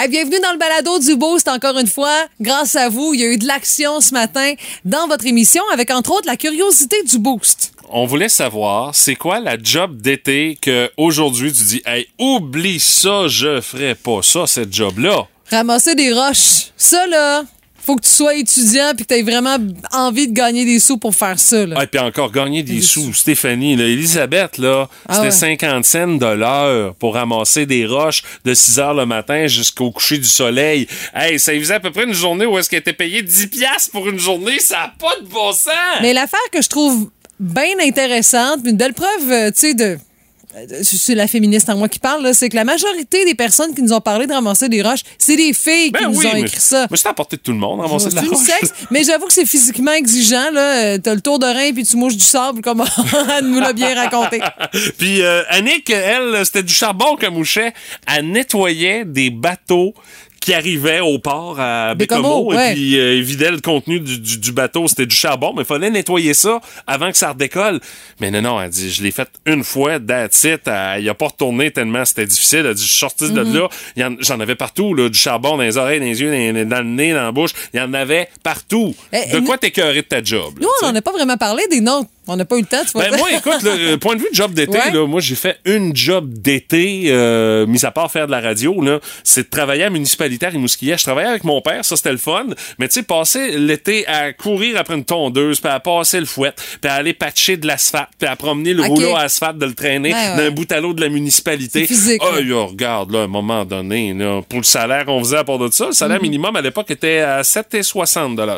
Hey, bienvenue dans le balado du Boost encore une fois. Grâce à vous, il y a eu de l'action ce matin dans votre émission avec entre autres la curiosité du Boost. On voulait savoir, c'est quoi la job d'été que aujourd'hui tu dis, hey, oublie ça, je ferai pas ça, cette job-là. Ramasser des roches. Ça, là, faut que tu sois étudiant puis que tu aies vraiment envie de gagner des sous pour faire ça. Là. Ah, puis encore gagner des sous. Stéphanie, là, Elisabeth, là, c'était 50 cents de l'heure pour ramasser des roches de 6 heures le matin jusqu'au coucher du soleil. Hey, ça faisait à peu près une journée où est-ce qu'elle était payée 10 piastres pour une journée. Ça n'a pas de bon sens! Mais l'affaire que je trouve bien intéressante, une belle preuve, tu sais, de... C'est la féministe en moi qui parle, là, c'est que la majorité des personnes qui nous ont parlé de ramasser des roches, c'est des filles qui nous ont écrit ça. Moi, c'est à la portée de tout le monde, ramasser de la roche. Sexe, mais j'avoue que c'est physiquement exigeant. Là. T'as le tour de rein puis tu mouches du sable, comme Anne nous l'a bien raconté. Puis Annick, elle, c'était du charbon qu'elle mouchait. Elle nettoyait des bateaux qui arrivait au port à Bécomo et puis il vidait le contenu du bateau, c'était du charbon, mais il fallait nettoyer ça avant que ça redécolle. Mais non, elle dit, je l'ai fait une fois, that's it, il a pas retourné tellement c'était difficile. Elle dit, je suis sorti de là, j'en avais partout, là, du charbon dans les oreilles, dans les yeux, dans le nez, dans la bouche, il y en avait partout. De quoi t'écœurer de ta job? Nous, on n'en a pas vraiment parlé des nôtres. On n'a pas eu le temps, tu vois. Ben moi, écoute, le point de vue de job d'été, là, moi, j'ai fait une job d'été, mis à part faire de la radio, là, c'est de travailler à la municipalité à Rimouski. Je travaillais avec mon père, ça, c'était le fun. Mais tu sais, passer l'été à courir après une tondeuse, puis à passer le fouet, puis à aller patcher de l'asphalte, puis à promener le rouleau à asphalte, de le traîner d'un bout à l'autre de la municipalité. C'est physique. Regarde, là, à un moment donné, là, pour le salaire qu'on faisait à part de ça, le salaire minimum à l'époque était à 7,60 $.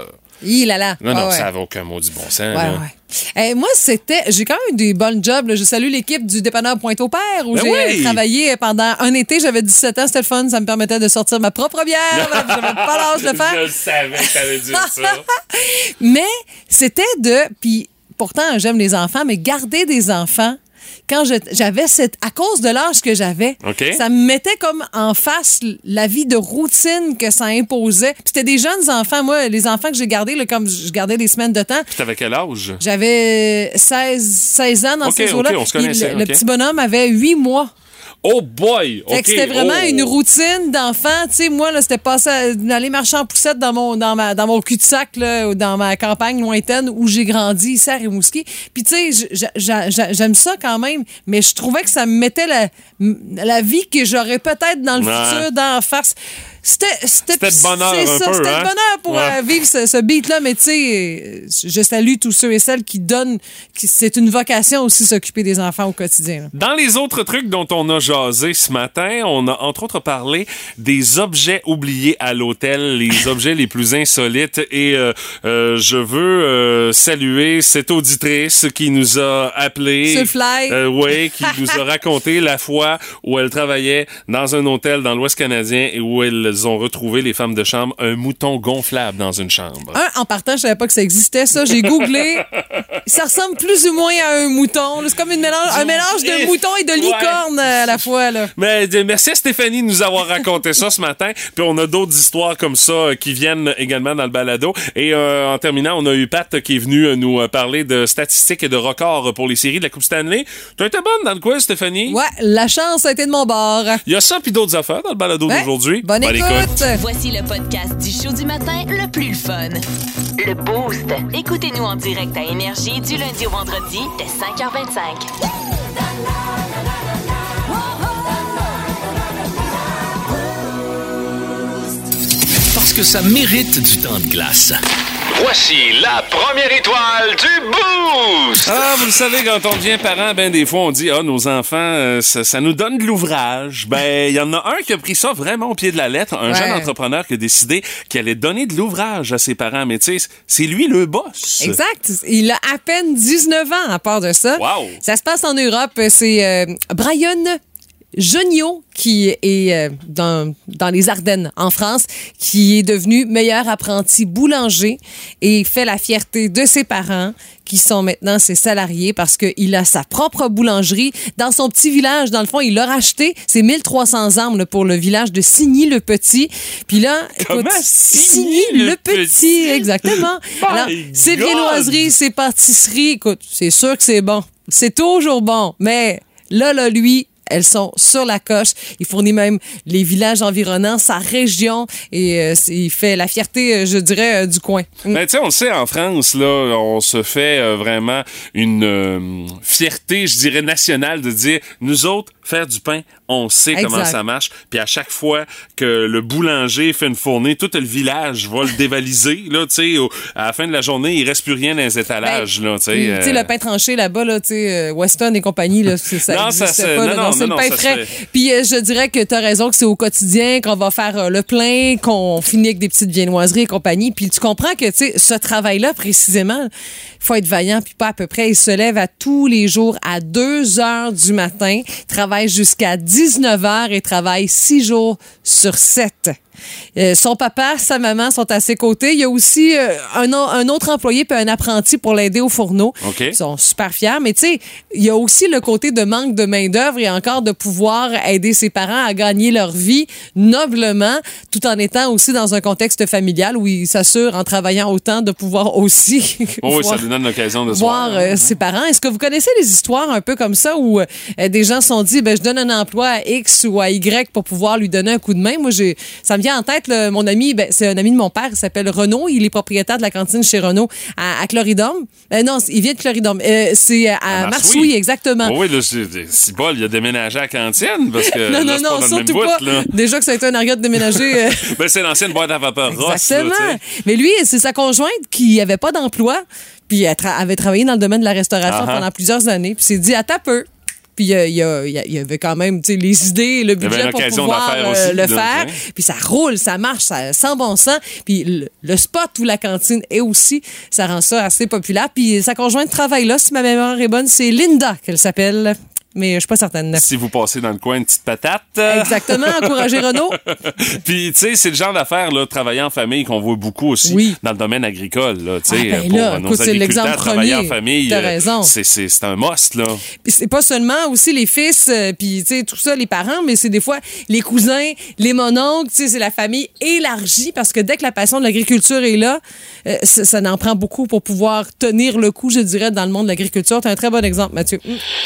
Non, ça n'avait aucun mot du bon sens. Moi, j'ai quand même eu des bonnes jobs. Là. Je salue l'équipe du dépanneur Pointe-au-Père où j'ai travaillé pendant un été. J'avais 17 ans, c'était le fun. Ça me permettait de sortir ma propre bière. J'avais pas l'âge de le faire. Je savais que t'allais dire ça. Mais c'était puis pourtant, j'aime les enfants, mais garder des enfants, quand j'avais à cause de l'âge que j'avais, ça me mettait comme en face la vie de routine que ça imposait. Puis c'était des jeunes enfants. Moi, les enfants que j'ai gardés, là, comme je gardais des semaines de temps. Puis t'avais quel âge? J'avais 16 ans dans ces eaux-là. On se connaissait. Le petit bonhomme avait 8 mois. Oh boy! Fait que c'était vraiment une routine d'enfant. Tu sais, moi, là, c'était passer d'aller marcher en poussette dans mon cul-de-sac, là, ou dans ma campagne lointaine où j'ai grandi, ici à Rimouski. Puis, tu sais, j'aime ça quand même, mais je trouvais que ça me mettait la vie que j'aurais peut-être dans le futur d'en face. C'était de bonheur un peu, c'était de bonheur pour vivre ce beat-là, mais tu sais, je salue tous ceux et celles qui donnent, c'est une vocation aussi s'occuper des enfants au quotidien. Là. Dans les autres trucs dont on a jasé ce matin, on a entre autres parlé des objets oubliés à l'hôtel, les objets les plus insolites et je veux saluer cette auditrice qui nous a appelé. Ce fly. Qui nous a raconté la fois où elle travaillait dans un hôtel dans l'Ouest canadien et où elles ont retrouvé, les femmes de chambre, un mouton gonflable dans une chambre. En partant, je savais pas que ça existait, ça. J'ai googlé. Ça ressemble plus ou moins à un mouton. C'est comme un mélange de mouton et de licorne à la fois. Là. Mais merci à Stéphanie de nous avoir raconté ça ce matin. Puis on a d'autres histoires comme ça qui viennent également dans le balado. Et en terminant, on a eu Pat qui est venu nous parler de statistiques et de records pour les séries de la Coupe Stanley. T'as été bonne dans le quiz, Stéphanie? Ouais, la chance a été de mon bord. Il y a ça puis d'autres affaires dans le balado d'aujourd'hui. Bonne écoute. Voici le podcast du show du matin le plus fun. Le Boost. Écoutez-nous en direct à Énergie du lundi au vendredi dès 5h25. Parce que ça mérite du temps de glace. Voici la première étoile du Boost! Vous le savez, quand on devient parent, ben des fois, on dit, nos enfants, ça nous donne de l'ouvrage. Ben, il y en a un qui a pris ça vraiment au pied de la lettre, un jeune entrepreneur qui a décidé qu'il allait donner de l'ouvrage à ses parents. Mais tu sais, c'est lui le boss. Exact. Il a à peine 19 ans à part de ça. Wow. Ça se passe en Europe. C'est Brian Geniot, qui est dans les Ardennes, en France, qui est devenu meilleur apprenti boulanger et fait la fierté de ses parents, qui sont maintenant ses salariés, parce qu'il a sa propre boulangerie dans son petit village. Dans le fond, il a racheté ses 1300 arbres là, pour le village de Signy-le-Petit. Puis là, écoute, Signy-le-Petit, exactement. Alors, ses viennoiseries, ses pâtisseries, écoute, c'est sûr que c'est bon. C'est toujours bon, mais là, lui, elles sont sur la coche. Il fournit même les villages environnants, sa région, et il fait la fierté, je dirais, du coin. Ben, tu sais, on le sait, en France, là, on se fait vraiment une fierté, je dirais, nationale de dire, nous autres, faire du pain, on sait comment ça marche. Puis à chaque fois que le boulanger fait une fournée, tout le village va le dévaliser. Là, tu sais, à la fin de la journée, il reste plus rien dans les étalages. Là, tu sais, le pain tranché là-bas, là, tu sais, Weston et compagnie, là, ça n'existe pas. Non, c'est le pain frais. Puis je dirais que t'as raison que c'est au quotidien qu'on va faire le plein, qu'on finit avec des petites viennoiseries et compagnie. Puis tu comprends que, tu sais, ce travail-là, précisément, il faut être vaillant, puis pas à peu près. Il se lève à tous les jours à 2 heures du matin, travaille jusqu'à 19 heures et travaille 6 jours sur 7. Son papa, sa maman sont à ses côtés. Il y a aussi un autre employé puis un apprenti pour l'aider au fourneau. Okay. Ils sont super fiers. Mais tu sais, il y a aussi le côté de manque de main-d'œuvre et encore de pouvoir aider ses parents à gagner leur vie noblement, tout en étant aussi dans un contexte familial où il s'assure, en travaillant autant, de pouvoir aussi oui, ça lui donne l'occasion de voir ses parents. Est-ce que vous connaissez les histoires un peu comme ça où des gens se sont dit, je donne un emploi à X ou à Y pour pouvoir lui donner un coup de main? Moi, ça me vient en tête, mon ami, c'est un ami de mon père, il s'appelle Renaud, il est propriétaire de la cantine chez Renaud à Cloridome. Non, il vient de Cloridome. C'est à Marsouilles, exactement. Oui, là, c'est Paul, il a déménagé à la cantine parce que non, là, non, pas surtout bout, pas. Là. Déjà que ça a été un argot de déménager. C'est l'ancienne boîte à vapeur Ross. Exactement. Là, mais lui, c'est sa conjointe qui avait pas d'emploi, puis elle avait travaillé dans le domaine de la restauration pendant plusieurs années, puis s'est dit, à ta peu. Puis il y avait quand même les idées, le budget pour pouvoir le faire. Puis ça roule, ça marche, ça sent bon sens. Puis le spot où la cantine est aussi, ça rend ça assez populaire. Puis sa conjointe travaille là, si ma mémoire est bonne, c'est Linda qu'elle s'appelle. Mais je suis pas certaine. Si vous passez dans le coin, une petite patate. Exactement, encourager Renaud. Puis, tu sais, c'est le genre d'affaire, là, travailler en famille qu'on voit beaucoup aussi dans le domaine agricole, là, tu sais, pour nos agriculteurs, travailler en famille. T'as raison. C'est un must, là. Puis c'est pas seulement aussi les fils, puis, tu sais, tout ça, les parents, mais c'est des fois les cousins, les mononcles, tu sais, c'est la famille élargie parce que dès que la passion de l'agriculture est là, ça en prend beaucoup pour pouvoir tenir le coup, je dirais, dans le monde de l'agriculture. T'as un très bon exemple, Mathieu.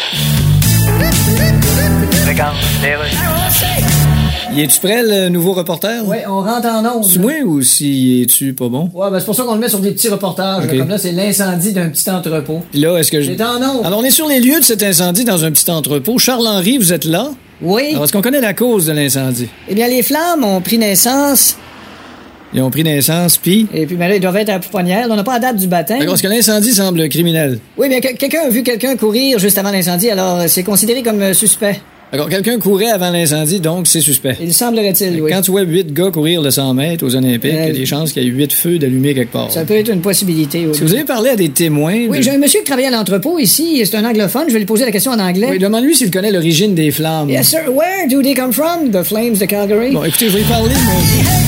Y es-tu prêt, le nouveau reporter? Oui, on rentre en onde. C'est moi ou si es-tu pas bon? Ouais, c'est pour ça qu'on le met sur des petits reportages. Okay. Comme là, c'est l'incendie d'un petit entrepôt. Puis là, est-ce que C'est en onde. Alors, on est sur les lieux de cet incendie dans un petit entrepôt. Charles-Henri, vous êtes là? Oui. Alors, est-ce qu'on connaît la cause de l'incendie? Eh bien, les flammes ont pris naissance. Ils ont pris naissance, puis... Et puis, là, ils doivent être à la pouponnière. On n'a pas la date du baptême. D'accord, parce que l'incendie semble criminel. Oui, bien, quelqu'un a vu quelqu'un courir juste avant l'incendie, alors c'est considéré comme suspect. D'accord, quelqu'un courait avant l'incendie, donc c'est suspect. Il semblerait-il, oui. Quand tu vois 8 gars courir de 100 mètres aux Olympiques, il y a des chances qu'il y ait 8 feux d'allumés quelque part. Ça peut être une possibilité, oui. Si vous avez parlé à des témoins... Oui, j'ai un monsieur qui travaille à l'entrepôt ici, c'est un anglophone, je vais lui poser la question en anglais. Oui, demande-lui s'il connaît l'origine des flammes. Yes, sir. Where do they come from, the flames de Calgary? Bon, écoutez, je vais y parler, mais...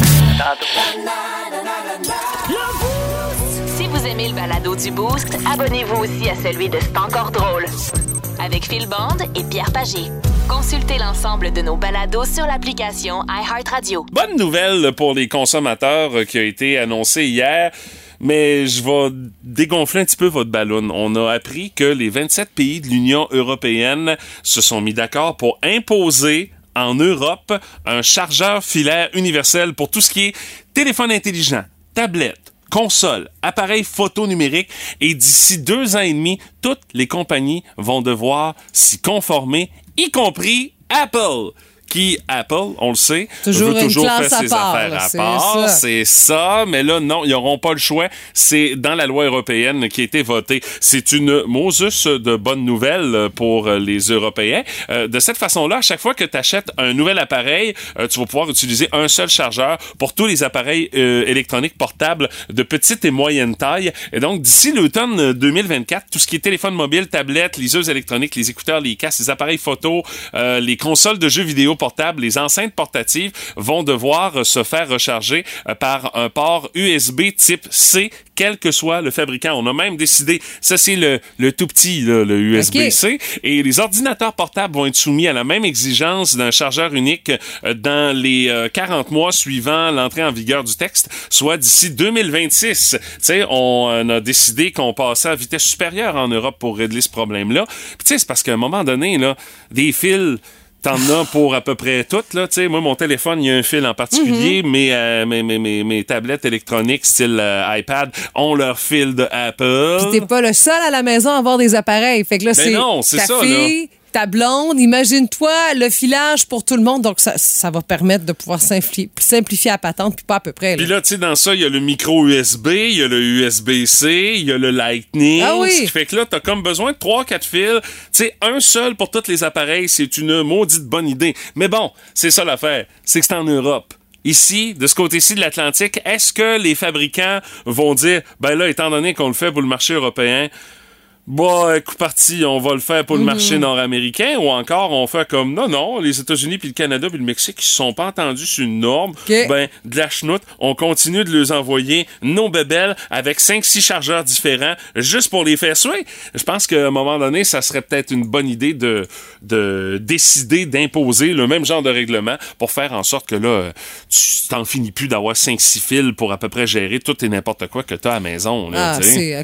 Si vous aimez le balado du Boost, abonnez-vous aussi à celui de C'est encore drôle. Avec Phil Bond et Pierre Pagé. Consultez l'ensemble de nos balados sur l'application iHeartRadio. Bonne nouvelle pour les consommateurs qui a été annoncée hier. Mais je vais dégonfler un petit peu votre ballon. On a appris que les 27 pays de l'Union européenne se sont mis d'accord pour imposer en Europe un chargeur filaire universel pour tout ce qui est téléphone intelligent, tablette, console, appareil photo numérique, et d'ici 2 ans et demi, toutes les compagnies vont devoir s'y conformer, y compris Apple. Qui, Apple, on le sait, veut toujours faire ses affaires à part. C'est ça, mais là, non, ils n'auront pas le choix. C'est dans la loi européenne qui a été votée. C'est une Moses de bonnes nouvelles pour les Européens. De cette façon-là, à chaque fois que tu achètes un nouvel appareil, tu vas pouvoir utiliser un seul chargeur pour tous les appareils électroniques portables de petite et moyenne taille. Et donc, d'ici l'automne 2024, tout ce qui est téléphone mobile, tablette, liseuses électroniques, les écouteurs, les casques, les appareils photo, les consoles de jeux vidéo portables, les enceintes portatives vont devoir se faire recharger par un port USB type C, quel que soit le fabricant. On a même décidé, ça c'est le tout petit, là, le USB-C, et les ordinateurs portables vont être soumis à la même exigence d'un chargeur unique dans les 40 mois suivant l'entrée en vigueur du texte, soit d'ici 2026. Tu sais, on a décidé qu'on passait à vitesse supérieure en Europe pour régler ce problème-là. Puis tu sais, c'est parce qu'à un moment donné, là, des fils T'en as pour à peu près toutes, là. Tu sais, moi, mon téléphone, il y a un fil en particulier, mes tablettes électroniques, style iPad, ont leur fil de Apple. Puis t'es pas le seul à la maison à avoir des appareils. Fait que là, c'est ta ça, fille, ta blonde, imagine-toi le filage pour tout le monde. Donc, ça va permettre de pouvoir simplifier la patente, puis pas à peu près. Puis là, tu sais, dans ça, il y a le micro USB, il y a le USB-C, il y a le Lightning. Ah oui. Ce qui fait que là, t'as comme besoin de 3-4 fils. Tu sais, un seul pour tous les appareils, c'est une maudite bonne idée. Mais bon, c'est ça l'affaire. C'est que c'est en Europe. Ici, de ce côté-ci de l'Atlantique, est-ce que les fabricants vont dire, ben là, étant donné qu'on le fait pour le marché européen, coup parti, on va le faire pour le marché nord-américain, ou encore on fait comme non, les États-Unis puis le Canada puis le Mexique qui se sont pas entendus sur une norme, de la chenoute, on continue de les envoyer nos bébelles avec 5-6 chargeurs différents juste pour les faire suer. Je pense qu'à un moment donné, ça serait peut-être une bonne idée de décider d'imposer le même genre de règlement pour faire en sorte que là, tu t'en finis plus d'avoir 5-6 fils pour à peu près gérer tout et n'importe quoi que t'as à la maison. Là,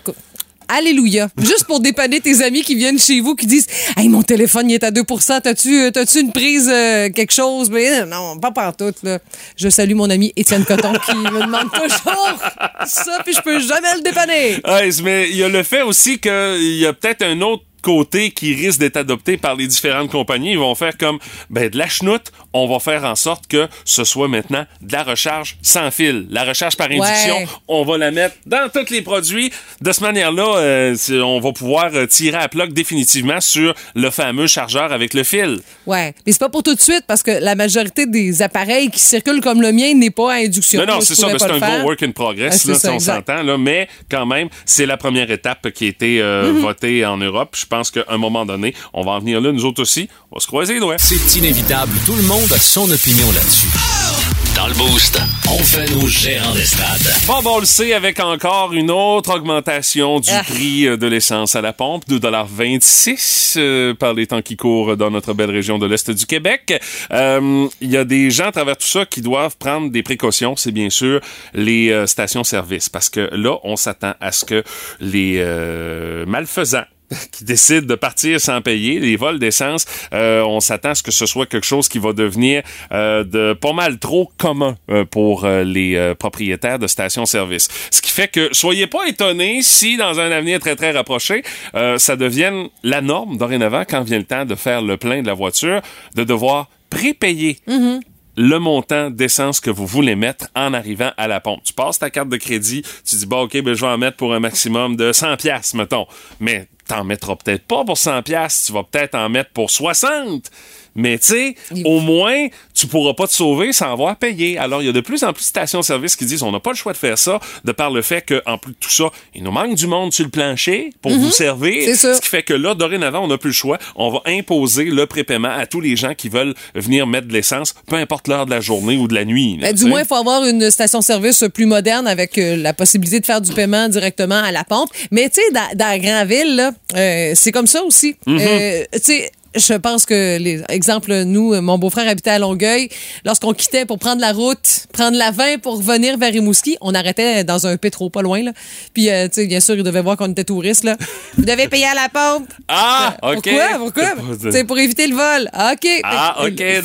Alléluia. Juste pour dépanner tes amis qui viennent chez vous, qui disent « Hey, mon téléphone, il est à 2%. T'as-tu une prise, quelque chose? » Mais non, pas partout, là. Je salue mon ami Étienne Coton qui me demande toujours ça, puis je peux jamais le dépanner. Ouais, mais il y a le fait aussi qu'il y a peut-être un autre côté qui risque d'être adopté par les différentes compagnies. Ils vont faire comme, de la chenoute, on va faire en sorte que ce soit maintenant de la recharge sans fil. La recharge par induction, on va la mettre dans tous les produits. De cette manière-là, on va pouvoir tirer à plug définitivement sur le fameux chargeur avec le fil. Ouais, mais c'est pas pour tout de suite parce que la majorité des appareils qui circulent comme le mien n'est pas à induction. Non, c'est ça, mais c'est un gros work in progress, là, si on s'entend, là, mais quand même, c'est la première étape qui a été votée en Europe. Je pense qu'à un moment donné, on va en venir là, nous autres aussi. On va se croiser les doigts. C'est inévitable. Tout le monde a son opinion là-dessus. Dans le Boost, on fait nos gérants d'estrade. Bon, on le sait, avec encore une autre augmentation du prix de l'essence à la pompe, 2,26 $ par les temps qui courent dans notre belle région de l'Est du Québec. Il y a des gens à travers tout ça qui doivent prendre des précautions, c'est bien sûr les stations-service, parce que là, on s'attend à ce que les malfaisants qui décident de partir sans payer, les vols d'essence, on s'attend à ce que ce soit quelque chose qui va devenir de pas mal trop commun pour les propriétaires de stations-service. Ce qui fait que soyez pas étonnés si, dans un avenir très très rapproché, ça devienne la norme dorénavant quand vient le temps de faire le plein de la voiture, de devoir prépayer le montant d'essence que vous voulez mettre en arrivant à la pompe. Tu passes ta carte de crédit, tu dis, je vais en mettre pour un maximum de 100$, mettons. Mais t'en mettras peut-être pas pour 100$, tu vas peut-être en mettre pour 60$. Mais tu sais, au moins, tu pourras pas te sauver sans avoir payé. Alors, il y a de plus en plus de stations-service qui disent on n'a pas le choix de faire ça, de par le fait qu'en plus de tout ça, il nous manque du monde sur le plancher pour vous servir. Ce qui fait que là, dorénavant, on n'a plus le choix. On va imposer le prépaiement à tous les gens qui veulent venir mettre de l'essence, peu importe l'heure de la journée ou de la nuit. Là, du moins, il faut avoir une station-service plus moderne avec la possibilité de faire du paiement directement à la pompe. Mais tu sais, dans la grande ville, là, c'est comme ça aussi. Tu sais, je pense que, exemple, nous, mon beau-frère habitait à Longueuil. Lorsqu'on quittait pour prendre la route, prendre la 20 pour venir vers Rimouski, on arrêtait dans un pétro pas loin, là. Puis, tu sais, bien sûr, il devait voir qu'on était touristes, là. Vous devez payer à la pompe. Ah, OK. Pourquoi? C'est pour éviter le vol. OK. Ah, OK. Donc,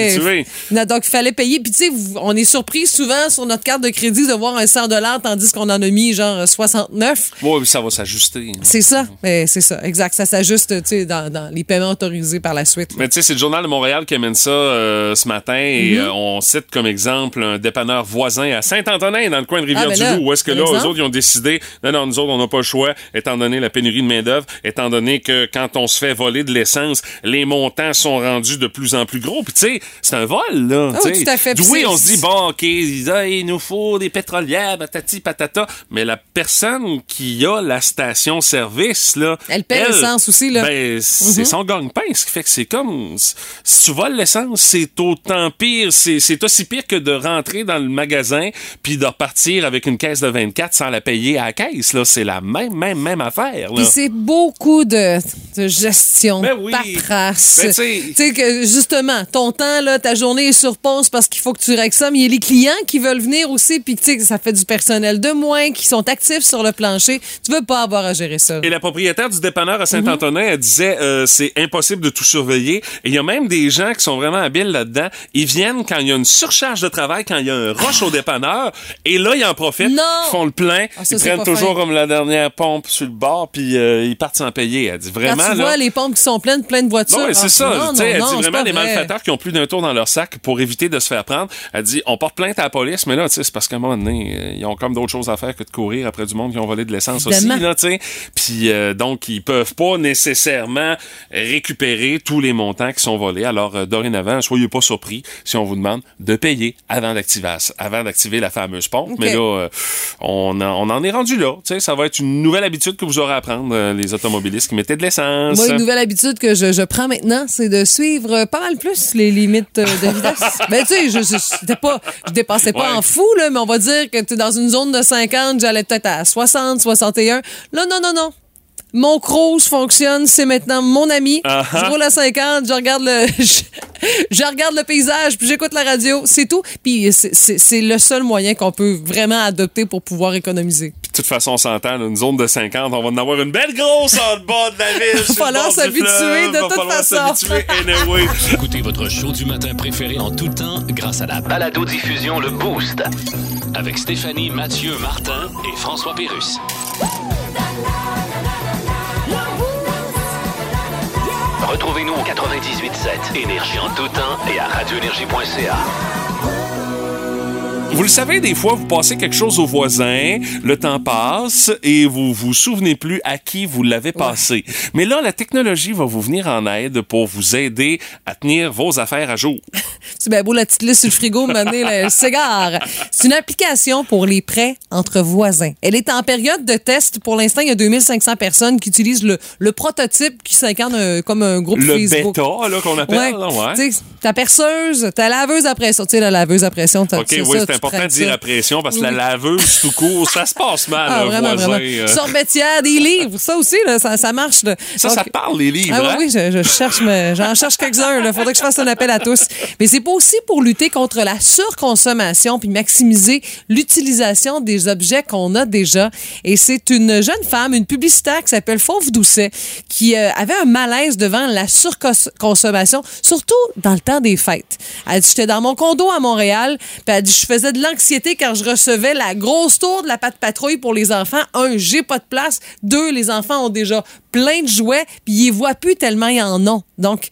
il fallait payer. Puis, tu sais, on est surpris souvent sur notre carte de crédit de voir un 100$ tandis qu'on en a mis, genre, 69. Oui, ça va s'ajuster. C'est ça. C'est ça. Exact. Ça s'ajuste, tu sais, dans les paiements autorisés par la suite. Mais tu sais, c'est le Journal de Montréal qui amène ça ce matin et on cite comme exemple un dépanneur voisin à Saint-Antonin dans le coin de Rivière-du-Loup où est-ce que là, eux autres, ils ont décidé non, nous autres, on n'a pas le choix étant donné la pénurie de main-d'œuvre, étant donné que quand on se fait voler de l'essence, les montants sont rendus de plus en plus gros. Puis tu sais, c'est un vol, là. Oh, tout à fait. Oui, on se dit, OK, il nous faut des pétrolières, patati patata, mais la personne qui a la station-service, là, elle paie l'essence aussi, là. C'est son gagne-pain. Ce qui fait que c'est comme, si tu voles l'essence, c'est autant pire, c'est aussi pire que de rentrer dans le magasin puis de repartir avec une caisse de 24 sans la payer à la caisse, là. C'est la même affaire, là. Puis c'est beaucoup de gestion, paperasse. Tu sais que, justement, ton temps, là, ta journée est sur pause parce qu'il faut que tu règles ça, mais il y a les clients qui veulent venir aussi puis tu sais ça fait du personnel de moins qui sont actifs sur le plancher. Tu veux pas avoir à gérer ça. Et la propriétaire du dépanneur à Saint-Antonin, elle disait, c'est impossible impossible de tout surveiller. Et il y a même des gens qui sont vraiment habiles là-dedans. Ils viennent quand il y a une surcharge de travail, quand il y a un rush au dépanneur, et là, ils en profitent. Non! Ils font le plein. Ça, ils prennent toujours comme la dernière pompe sur le bord, puis ils partent sans payer. Elle dit vraiment, quand tu vois les pompes qui sont pleines de voitures. Non, c'est ça. Non, elle dit c'est vraiment pas les vrai. malfaiteurs qui ont plus d'un tour dans leur sac pour éviter de se faire prendre. Elle dit, on porte plainte à la police, mais là, c'est parce qu'à un moment donné, ils ont comme d'autres choses à faire que de courir après du monde qui ont volé de l'essence Évidemment. aussi, là, tu sais. Puis donc, ils peuvent pas nécessairement récupérer tous les montants qui sont volés. Alors, dorénavant, soyez pas surpris si on vous demande de payer avant d'activer la fameuse pompe. Okay. Mais là, on en est rendu là. Tu sais, ça va être une nouvelle habitude que vous aurez à prendre, les automobilistes qui mettaient de l'essence. Moi, une nouvelle habitude que je prends maintenant, c'est de suivre pas mal plus les limites de vitesse. Ben, tu sais, je dépassais pas en fou, là, mais on va dire que tu es dans une zone de 50, j'allais peut-être à 60, 61. Là, non. Mon cruise fonctionne, c'est maintenant mon ami. Je roule à 50, je regarde le paysage, puis j'écoute la radio, c'est tout. Puis c'est le seul moyen qu'on peut vraiment adopter pour pouvoir économiser. De toute façon, on s'entend, là, une zone de 50, on va en avoir une belle grosse en bas de la ville. Il va falloir s'habituer de toute façon. Anyway. Écoutez votre show du matin préféré en tout temps grâce à la balado-diffusion Le Boost. Avec Stéphanie, Mathieu, Martin et François Pérusse. Retrouvez-nous au 98.7 Énergie en tout temps et à radioénergie.ca. Vous le savez, des fois, vous passez quelque chose au voisin, le temps passe et vous vous souvenez plus à qui vous l'avez passé. Mais là, la technologie va vous venir en aide pour vous aider à tenir vos affaires à jour. C'est bien beau la petite liste sur le frigo, mener le cigare. C'est une application pour les prêts entre voisins. Elle est en période de test. Pour l'instant, il y a 2500 personnes qui utilisent le prototype qui s'incarne comme un groupe le Facebook. Le bêta, là, qu'on appelle. Ouais. Tu sais, ta perceuse, ta laveuse à pression. Tu sais, la laveuse à pression. OK, oui, c'est important de dire à pression parce que la laveuse tout court, ça se passe mal, vraiment, voisin. Vraiment. Sorbetière, des livres, ça aussi, là, ça marche. Là. Ça parle, les livres. Ah, oui, j'en cherche quelques-uns. Il faudrait que je fasse un appel à tous. Mais c'est pas aussi pour lutter contre la surconsommation puis maximiser l'utilisation des objets qu'on a déjà. Et c'est une jeune femme, une publicitaire qui s'appelle Fauve Doucet, qui avait un malaise devant la surconsommation, surtout dans le temps des fêtes. Elle dit, j'étais dans mon condo à Montréal, puis elle dit, je faisais de l'anxiété quand je recevais la grosse tour de la patte patrouille pour les enfants. 1, j'ai pas de place. 2, les enfants ont déjà plein de jouets, puis ils les voient plus tellement ils en ont. Donc,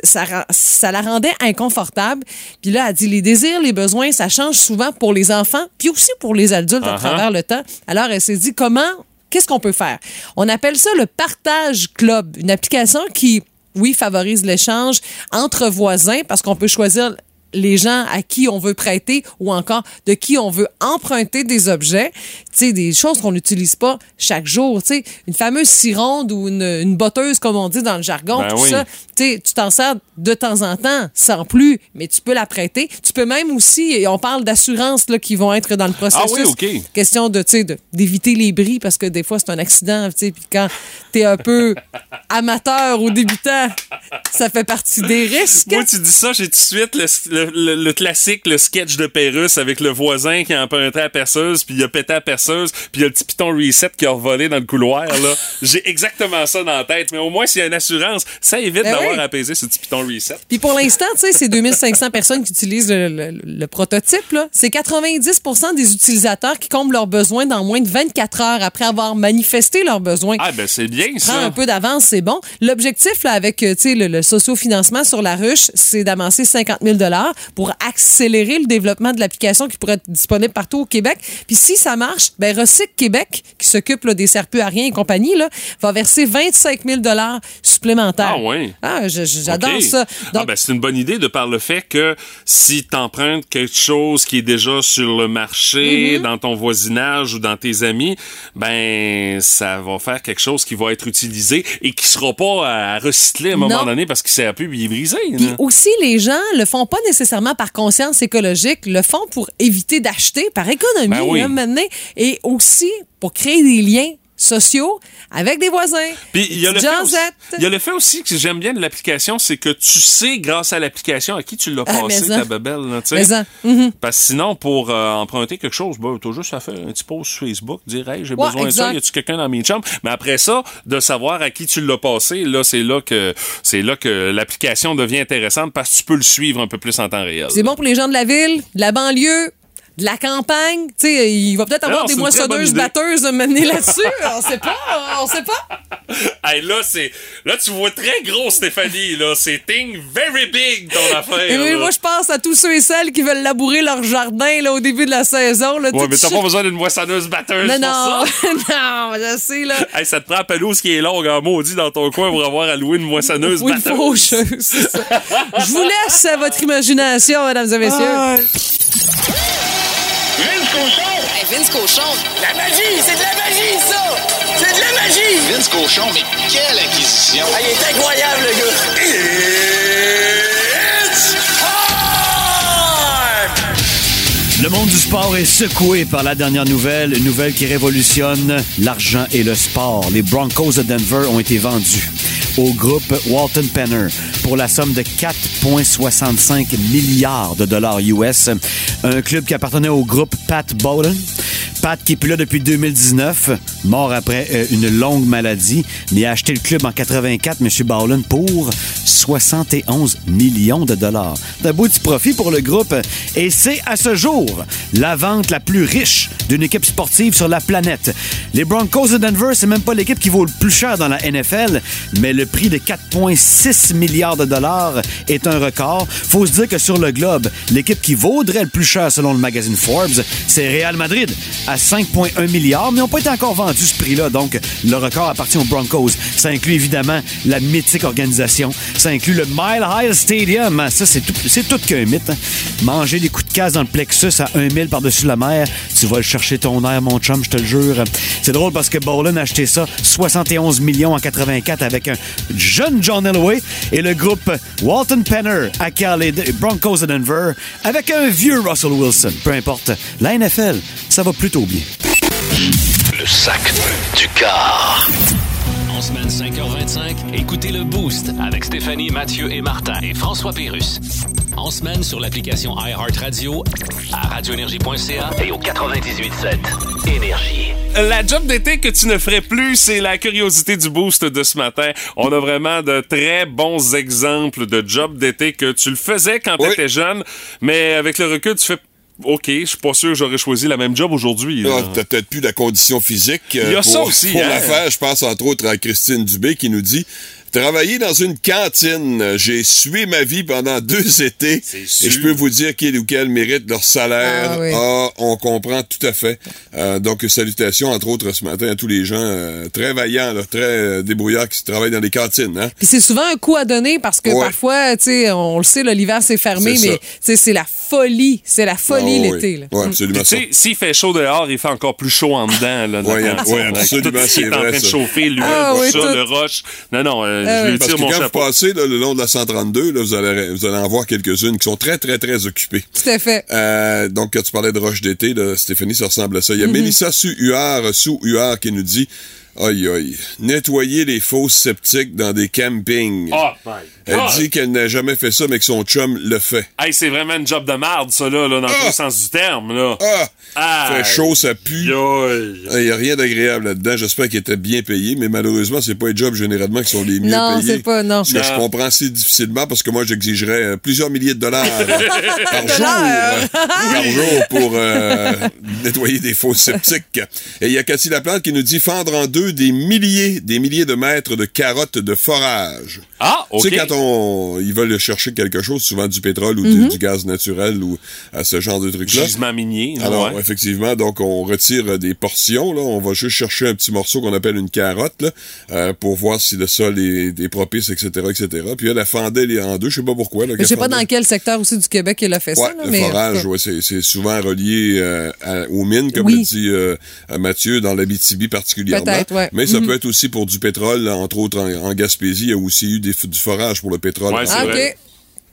ça la rendait inconfortable. Puis là, elle dit, les désirs, les besoins, ça change souvent pour les enfants, puis aussi pour les adultes à travers le temps. Alors, elle s'est dit, qu'est-ce qu'on peut faire? On appelle ça le Partage Club, une application qui, oui, favorise l'échange entre voisins parce qu'on peut choisir les gens à qui on veut prêter ou encore de qui on veut emprunter des objets, tu sais, des choses qu'on n'utilise pas chaque jour, tu sais, une fameuse cironde ou une botteuse comme on dit dans le jargon, tout ça, tu sais, tu t'en sers de temps en temps, sans plus, mais tu peux la prêter. Tu peux même aussi, on parle d'assurances là qui vont être dans le processus. Ah oui, OK. Question de, tu sais, d'éviter les bris parce que des fois c'est un accident, tu sais, puis quand t'es un peu amateur ou débutant, ça fait partie des risques. Moi, tu dis ça, j'ai tout de suite le classique, le sketch de Pérusse avec le voisin qui a emprunté la perceuse, puis il a pété la perceuse, puis il y a le petit piton reset qui a volé dans le couloir, là. J'ai exactement ça dans la tête. Mais au moins, s'il y a une assurance, ça évite d'avoir apaisé ce petit piton reset. Puis pour l'instant, tu sais, c'est 2500 personnes qui utilisent le prototype, là. C'est 90% des utilisateurs qui comblent leurs besoins dans moins de 24 heures après avoir manifesté leurs besoins. Ah, ben, c'est bien, ça. Prends un peu d'avance, c'est bon. L'objectif, là, avec, tu sais, le sociofinancement sur la ruche, c'est d'amasser 50 000 $ pour accélérer le développement de l'application qui pourrait être disponible partout au Québec. Puis si ça marche, ben Recycle Québec, qui s'occupe là, des serpillariens et compagnie, là, va verser 25 000 $ supplémentaires. Ah oui? Ah, j'adore ça. Donc, ben, c'est une bonne idée de par le fait que si tu empruntes quelque chose qui est déjà sur le marché, dans ton voisinage ou dans tes amis, ben ça va faire quelque chose qui va être utilisé et qui sera pas à recycler à un moment donné parce qu'il s'est un peu brisé. Puis aussi, les gens le font pas nécessairement par conscience écologique, le font pour éviter d'acheter, par économie, maintenant, et aussi pour créer des liens sociaux avec des voisins. Puis il y a le fait aussi que j'aime bien de l'application, c'est que tu sais grâce à l'application à qui tu l'as passé ta babelle, tu sais. Parce que sinon pour emprunter quelque chose, t'as juste à faire un petit post sur Facebook, dire hey, j'ai besoin de ça, y a-tu quelqu'un dans mes chums? Mais après ça, de savoir à qui tu l'as passé, là c'est là que l'application devient intéressante parce que tu peux le suivre un peu plus en temps réel. C'est bon pour les gens de la ville, de la banlieue, de la campagne. Tu sais, il va peut-être avoir des moissonneuses batteuses à mener là-dessus. On sait pas. Hey, là, tu vois très gros, Stéphanie, là. C'est thing very big, ton affaire. Et oui, moi, je pense à tous ceux et celles qui veulent labourer leur jardin, là, au début de la saison, là. Ouais, mais t'as pas besoin d'une moissonneuse batteuse pour ça. Non, je sais, là. Hey, ça te prend la pelouse qui est longue en maudit dans ton coin pour avoir à louer une moissonneuse batteuse. Une faucheuse, c'est ça. Je vous laisse à votre imagination, mesdames et messieurs. Vince Cochon! Hey, Vince Cochon! La magie! C'est de la magie, ça! C'est de la magie! Vince Cochon, mais quelle acquisition! Ah, il est incroyable, le gars! It's time! Le monde du sport est secoué par la dernière nouvelle, une nouvelle qui révolutionne l'argent et le sport. Les Broncos de Denver ont été vendus au groupe Walton Penner pour la somme de 4,65 milliards de dollars US. Un club qui appartenait au groupe Pat Bowlen. Pat qui est plus là depuis 2019, mort après une longue maladie, mais a acheté le club en 84, M. Bowlen, pour 71 millions de dollars. C'est un beau petit profit pour le groupe. Et c'est à ce jour la vente la plus riche d'une équipe sportive sur la planète. Les Broncos de Denver, c'est même pas l'équipe qui vaut le plus cher dans la NFL, mais le prix de 4,6 milliards de dollars est un record. Faut se dire que sur le globe, l'équipe qui vaudrait le plus cher selon le magazine Forbes, c'est Real Madrid à 5,1 milliards, mais n'ont pas été encore vendus ce prix-là. Donc, le record appartient aux Broncos. Ça inclut évidemment la mythique organisation. Ça inclut le Mile High Stadium. Ça, c'est tout qu'un mythe. Hein. Manger des coups de casse dans le plexus à 1 000 par-dessus la mer, tu vas le chercher ton air, mon chum, je te le jure. C'est drôle parce que Bowlen a acheté ça 71 millions en 84 avec un jeune John Elway et le groupe Walton Penner acquiert les Broncos de Denver avec un vieux Russell Wilson. Peu importe, la NFL, ça va plutôt bien. Le sac du car. En semaine 5h25, écoutez le Boost avec Stéphanie, Mathieu et Martin et François Pérusse. En semaine sur l'application iHeartRadio, à radioénergie.ca et au 98.7 Énergie. La job d'été que tu ne ferais plus, c'est la curiosité du Boost de ce matin. On a vraiment de très bons exemples de job d'été que tu le faisais quand t'étais jeune, mais avec le recul, tu fais OK, je suis pas sûr que j'aurais choisi la même job aujourd'hui. T'as peut-être plus la condition physique. Il y a ça aussi. Pour la faire, je pense entre autres à Christine Dubé qui nous dit: travailler dans une cantine, j'ai sué ma vie pendant 2 étés et je peux vous dire qu'il ou qu'elle mérite leur salaire. On comprend tout à fait. Donc, salutations, entre autres, ce matin à tous les gens très vaillants, là, très débrouillards qui travaillent dans les cantines. Hein? Puis c'est souvent un coup à donner parce que parfois, tu sais, on le sait, l'hiver c'est fermé, mais c'est la folie. C'est la folie l'été. Là. Oui, absolument. Tu sais, s'il fait chaud dehors, il fait encore plus chaud en dedans. Oui, absolument, c'est vrai. En train de chauffer, l'huile, le roche. Non, je lui tire mon chapeau. Quand vous passez là, le long de la 132, là, vous allez en voir quelques-unes qui sont très, très, très occupées. Tout à fait. Donc, quand tu parlais de roche d'été, là, Stéphanie, ça ressemble à ça. Il y a Mélissa Sous-Huard qui nous dit: aïe, nettoyer les fosses septiques dans des campings. Oh my God. Elle dit qu'elle n'a jamais fait ça, mais que son chum le fait. Hey, c'est vraiment une job de merde, ça, là dans le sens du terme, là. Fait chaud, ça pue. Il n'y a rien d'agréable là-dedans. J'espère qu'il était bien payé, mais malheureusement, c'est pas les jobs généralement qui sont les mieux payés. Non, c'est pas, non. Ce que je comprends assez difficilement, parce que moi, j'exigerais plusieurs milliers de dollars par jour pour nettoyer des fosses septiques. Et il y a Cathy Laplante qui nous dit: fendre en deux des milliers de mètres de carottes de forage. Ah, OK. Tu sais, quand ils veulent chercher quelque chose, souvent du pétrole ou du gaz naturel ou ce genre de trucs-là. Gisement minier. Alors, effectivement, donc on retire des portions, là. On va juste chercher un petit morceau qu'on appelle une carotte, là, pour voir si le sol est propice, etc., etc. Puis elle fendait en deux, je sais pas pourquoi. Là, je sais pas dans quel secteur aussi du Québec elle a fait ça. Là, le forage, c'est souvent relié aux mines, comme le dit Mathieu, dans l'Abitibi particulièrement. Peut-être, mais ça peut être aussi pour du pétrole, entre autres en Gaspésie. Il y a aussi eu du forage pour le pétrole. Ouais, c'est vrai.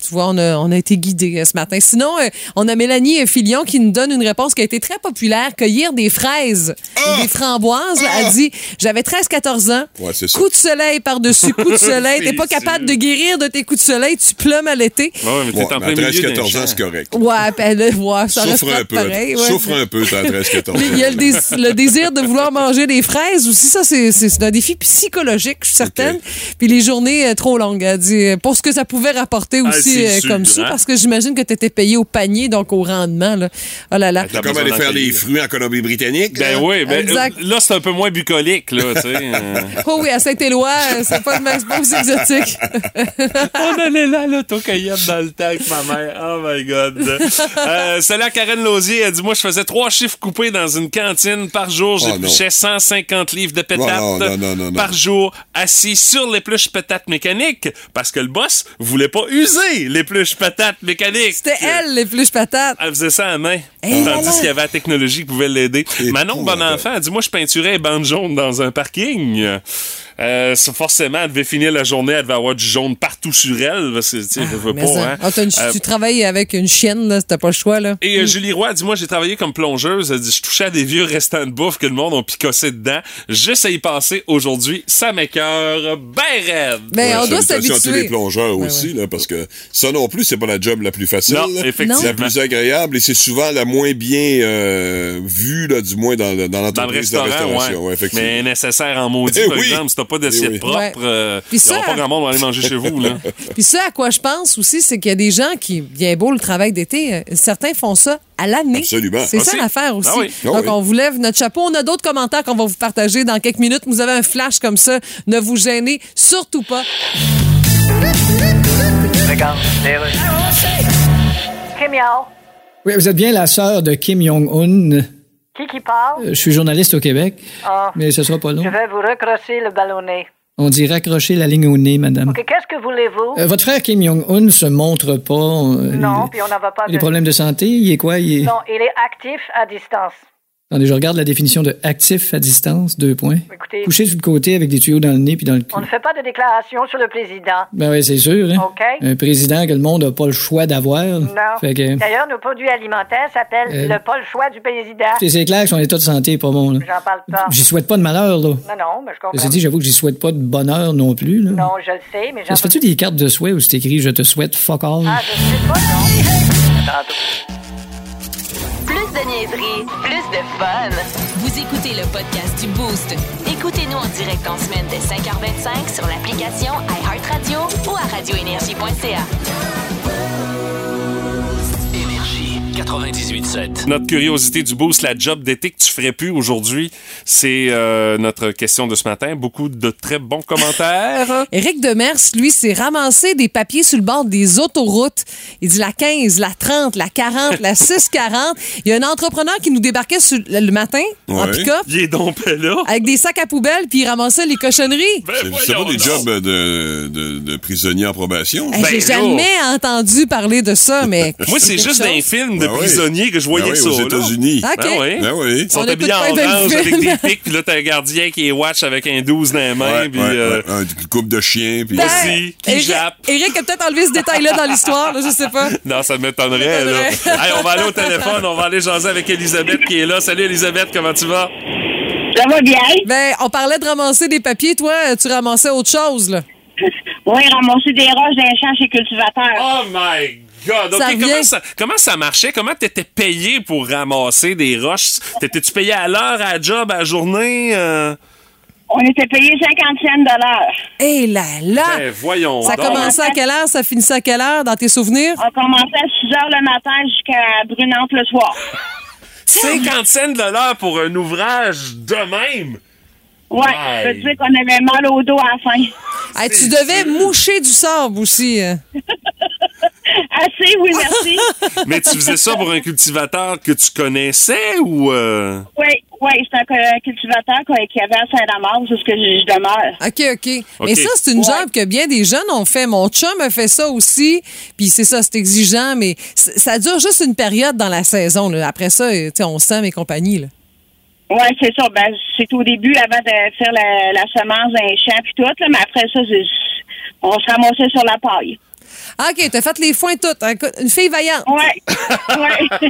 Tu vois, on a été guidés ce matin. Sinon, on a Mélanie Filion qui nous donne une réponse qui a été très populaire. Cueillir des fraises ou des framboises. Là, elle dit, j'avais 13-14 ans. Ouais, c'est ça. Coup de soleil par-dessus coup de soleil. T'es pas capable de guérir de tes coups de soleil. Tu plumes à l'été. Ouais, mais t'es en plein milieu 13-14 ans, c'est correct. Ouais, ça reste pas pareil. Ouais. Souffre un peu, t'as 13-14 ans. Il y a le désir de vouloir manger des fraises aussi. Ça, c'est un défi psychologique, je suis certaine. Okay. Puis les journées trop longues. Elle dit, pour ce que ça pouvait rapporter aussi comme ça, parce que j'imagine que t'étais payé au panier, donc au rendement. Là. Oh là là. T'as comme aller faire les fruits en Colombie-Britannique. Ben oui, là, c'est un peu moins bucolique, là, tu sais. Oh oui, à Saint-Éloi, c'est pas aussi exotique. On allait là, l'autocueillette dans le temps avec ma mère. Oh my God. Celle-là, Karen Lausier, elle dit, moi, je faisais 3 chiffres coupés dans une cantine par jour. J'épluchais 150 livres de pétates par jour, assis sur l'épluche pétate mécanique, parce que le boss voulait pas user l'épluche pétate mécanique. C'était elle, l'épluche pétate. Elle faisait ça à la main. Tandis qu'il y avait la technologie qui pouvait l'aider. Manon, bon enfant, elle dit, moi, je peinturais les bandes jaunes dans un parking. Forcément, elle devait finir la journée, elle devait avoir du jaune partout sur elle. Parce que, tu travailles avec une chienne, là, t'as pas le choix. Là. Et Julie Roy dit, moi, j'ai travaillé comme plongeuse. Elle dit, je touchais à des vieux restants de bouffe que le monde a picossé dedans. Juste à y passer aujourd'hui, ça m'écoeure ben raide. Ben, on doit s'habituer. Tous les plongeurs aussi, là, parce que ça non plus, c'est pas la job la plus facile. Non, effectivement. C'est la plus agréable et c'est souvent la moins bien vue, là, du moins dans l'entreprise de restauration. Ouais, mais nécessaire en maudit, par exemple, si t'as pas d'assiette propre, il n'y aura pas grand monde va aller manger chez vous. Là. Puis ça, à quoi je pense aussi, c'est qu'il y a des gens qui, bien beau le travail d'été, certains font ça à l'année. Absolument. C'est ça l'affaire aussi. Ah oui. Donc, on vous lève notre chapeau. On a d'autres commentaires qu'on va vous partager dans quelques minutes. Vous avez un flash comme ça. Ne vous gênez surtout pas. Regarde, Kim Yo. Oui, vous êtes bien la sœur de Kim Jong-un. Qui parle? Je suis journaliste au Québec, mais ce sera pas long. Je vais vous recrosser le ballonnet. On dit raccrocher la ligne au nez, madame. OK, qu'est-ce que voulez-vous? Votre frère Kim Jong-un se montre pas. Non, puis on n'en va pas... Des problèmes de santé? Il est quoi? Non, il est actif à distance. Attendez, je regarde la définition de actif à distance, 2 points. Écoutez, couché sur le côté avec des tuyaux dans le nez puis dans le cul. On ne fait pas de déclaration sur le président. Ben oui, c'est sûr. Hein? OK. Un président que le monde n'a pas le choix d'avoir. Non. Fait que... D'ailleurs, nos produits alimentaires s'appellent le pas le choix du président. C'est clair que son état de santé est pas bon. Là. J'en parle pas. J'y souhaite pas de malheur, là. Non, mais je comprends. Ceci dit, j'avoue que j'y souhaite pas de bonheur non plus. Là. Non, je le sais, mais Ça se fait-tu des cartes de souhait où c'est écrit « Je te souhaite fuck all ». Ah, je sais pas, non. Plus de niaiserie, plus de fun. Vous écoutez le podcast du Boost. Écoutez-nous en direct en semaine dès 5h25 sur l'application iHeartRadio ou à radioénergie.ca. Énergie 98.7. Notre curiosité du Boost, la job d'été que tu ferais plus aujourd'hui, c'est notre question de ce matin. Beaucoup de très bons commentaires. Éric Demers, lui, s'est ramassé des papiers sur le bord des autoroutes. Il dit la 15, la 30, la 40, la 640. Il y a un entrepreneur qui nous débarquait le matin en pick-up. Il est donc là. Avec des sacs à poubelle, puis il ramassait les cochonneries. C'est pas des jobs de prisonniers en probation? J'ai jamais entendu parler de ça, mais... Moi, c'est juste dans les films de prisonniers que je voyais ça. Aux États-Unis. Okay. Ils sont habillés en orange avec des pics, puis là, t'as un gardien qui est watch avec un 12 dans les mains. Une coupe de chien. Puis aussi, qui jappe. Éric a peut-être enlevé ce détail-là dans l'histoire, là, je sais pas. Non, ça m'étonnerait. Là. Hey, on va aller au téléphone, on va aller jaser avec Elisabeth qui est là. Salut Elisabeth, comment tu vas? Ça va bien. Ben, on parlait de ramasser des papiers. Toi, tu ramassais autre chose, là. Oui, ramasser des roches d'un champ chez cultivateur. Oh my God! Okay, comment ça marchait? Comment t'étais payé pour ramasser des roches? T'étais-tu payé à l'heure, à la job, à la journée? On était payé 50 cents de l'heure. Eh là là! Ben, voyons. Ça commençait à quelle heure? Ça finissait à quelle heure dans tes souvenirs? On commençait à 6 heures le matin jusqu'à brunante le soir. 50 cents de l'heure pour un ouvrage de même? Ouais, je veux dire qu'on avait mal au dos à la fin. Hey, tu devais moucher du sable aussi. Assez, oui, merci. Mais tu faisais ça pour un cultivateur que tu connaissais ou... Oui, c'est un cultivateur qui avait à Saint-Damas, c'est ce que je demeure. OK. Mais ça, c'est une job que bien des jeunes ont fait. Mon chum a fait ça aussi. Puis c'est ça, c'est exigeant, mais ça dure juste une période dans la saison. Là. Après ça, on sème et compagnie. Là. Oui, c'est ça. Ben, c'est au début, avant de faire la semence d'un champ puis tout, là, mais après ça, on se ramassait sur la paille. Ah, OK, t'as fait les foins toutes. Une fille vaillante. Ouais.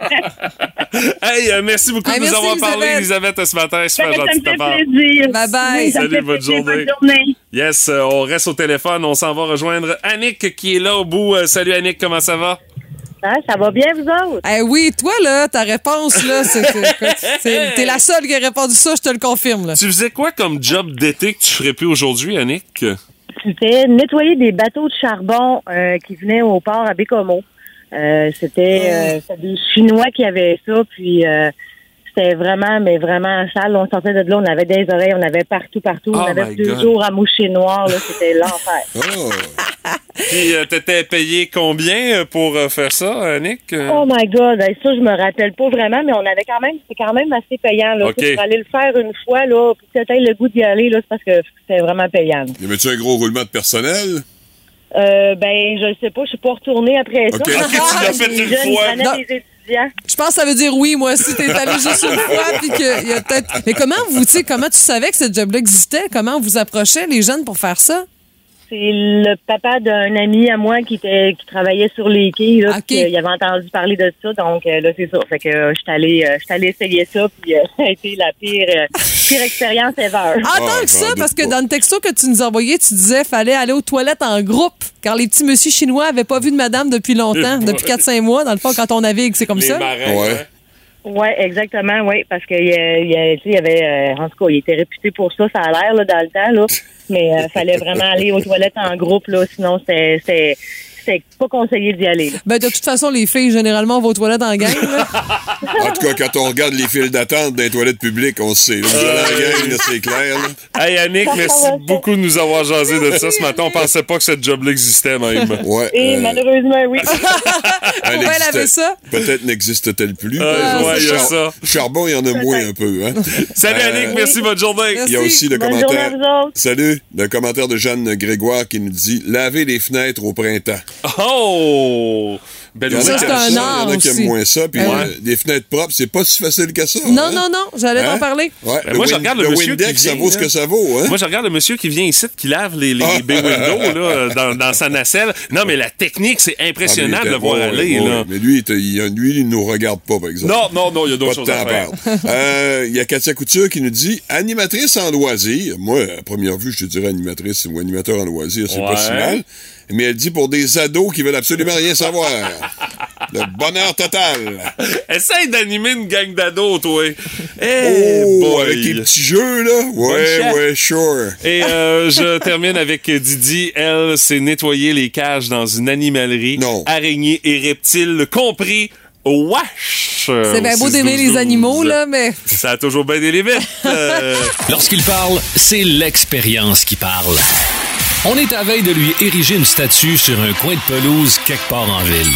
Hey, merci beaucoup de nous avoir parlé, Elisabeth, ce matin. Super gentil de ta part. Bye-bye. Salut, bonne journée. Yes, on reste au téléphone. On s'en va rejoindre Annick qui est là au bout. Salut, Annick, comment ça va? Ça va bien, vous autres? Oui, toi, là, ta réponse, là, t'es la seule qui a répondu ça, je te le confirme. Là. Tu faisais quoi comme job d'été que tu ferais plus aujourd'hui, Annick? C'était nettoyer des bateaux de charbon qui venaient au port à Bécomo. C'était des Chinois qui avaient ça, puis c'était vraiment sale. On sortait de là, on avait des oreilles, on avait partout. On avait 2 jours à moucher noir, là, c'était l'enfer. Oh. Puis t'étais payé combien pour faire ça, Annick? Oh my God, ça je me rappelle pas vraiment, mais c'était quand même assez payant là. Okay. Pour aller le faire une fois là, pour que tu aies le goût d'y aller là, c'est parce que c'était vraiment payant. Y avait-tu un gros roulement de personnel? Je sais pas, je suis pas retournée après ça. OK, tu l'as fait une fois. Je pense que ça veut dire oui, moi aussi. T'es allé juste une fois, puis qu'il y a peut-être. Mais comment tu savais que ce job-là existait? Comment vous approchez les jeunes pour faire ça? C'est le papa d'un ami à moi qui travaillait sur les quais, là. Okay. Il avait entendu parler de ça, donc là, c'est ça. Fait que je suis allée essayer ça, puis ça a été la pire expérience ever. Tant que ça, parce que dans le texto que tu nous envoyais, tu disais fallait aller aux toilettes en groupe, car les petits messieurs chinois avaient pas vu de madame depuis longtemps, depuis 4-5 mois. Dans le fond, quand on navigue, c'est comme les ça. Marins, ouais. Oui, exactement, oui, parce qu'il y avait, en tout cas, il était réputé pour ça, ça a l'air, là, dans le temps, là, mais fallait vraiment aller aux toilettes en groupe, là, sinon c'était pas conseillé d'y aller. Là. Ben, de toute façon, les filles, généralement, vont aux toilettes en gang, là. En tout cas, quand on regarde les files d'attente dans les toilettes publiques, on sait. Là, vous allez en gang, là, c'est clair. Là. Hey, Annick, merci beaucoup de nous avoir jasé de ça ce matin. On pensait pas que cette job-là existait, même. Ouais. Et malheureusement, oui. Elle avait ça. Peut-être n'existe-t-elle plus. Ouais, il y a ça. Charbon, il y en a moins un peu. Hein? Salut, Annick, merci, bonne journée. Il y a aussi le bonne commentaire. Journée à vous autres. Salut, le commentaire de Jeanne Grégoire qui nous dit « Laver les fenêtres au printemps ». Oh! Ça, c'est un art aussi. Il y en a qui aiment moins ça. Puis des fenêtres propres, c'est pas si facile que ça. Non, j'allais t'en parler. Ouais, moi, je regarde le monsieur Windex, qui vient, ça vaut ce que ça vaut. Hein? Moi, je regarde le monsieur qui vient ici, qui lave les bay windows là, dans sa nacelle. Non, mais la technique, c'est impressionnant de le voir aller. Là. Mais lui, il nous regarde pas, par exemple. Non, il y a d'autres choses à faire. Il y a Katia Couture qui nous dit « Animatrice en loisirs ». Moi, à première vue, je te dirais animatrice ou animateur en loisirs, c'est pas si mal. Mais elle dit pour des ados qui veulent absolument rien savoir. Le bonheur total. Essaye d'animer une gang d'ados, toi. Avec tes petits jeux, là. Ouais, sure. Et je termine avec Didi. Elle, c'est nettoyer les cages dans une animalerie. Non. Araignées et reptiles, compris. Wesh! C'est bien beau d'aimer les animaux, là, mais... Ça a toujours bien des limites. Lorsqu'il parle, c'est l'expérience qui parle. On est à veille de lui ériger une statue sur un coin de pelouse quelque part en ville.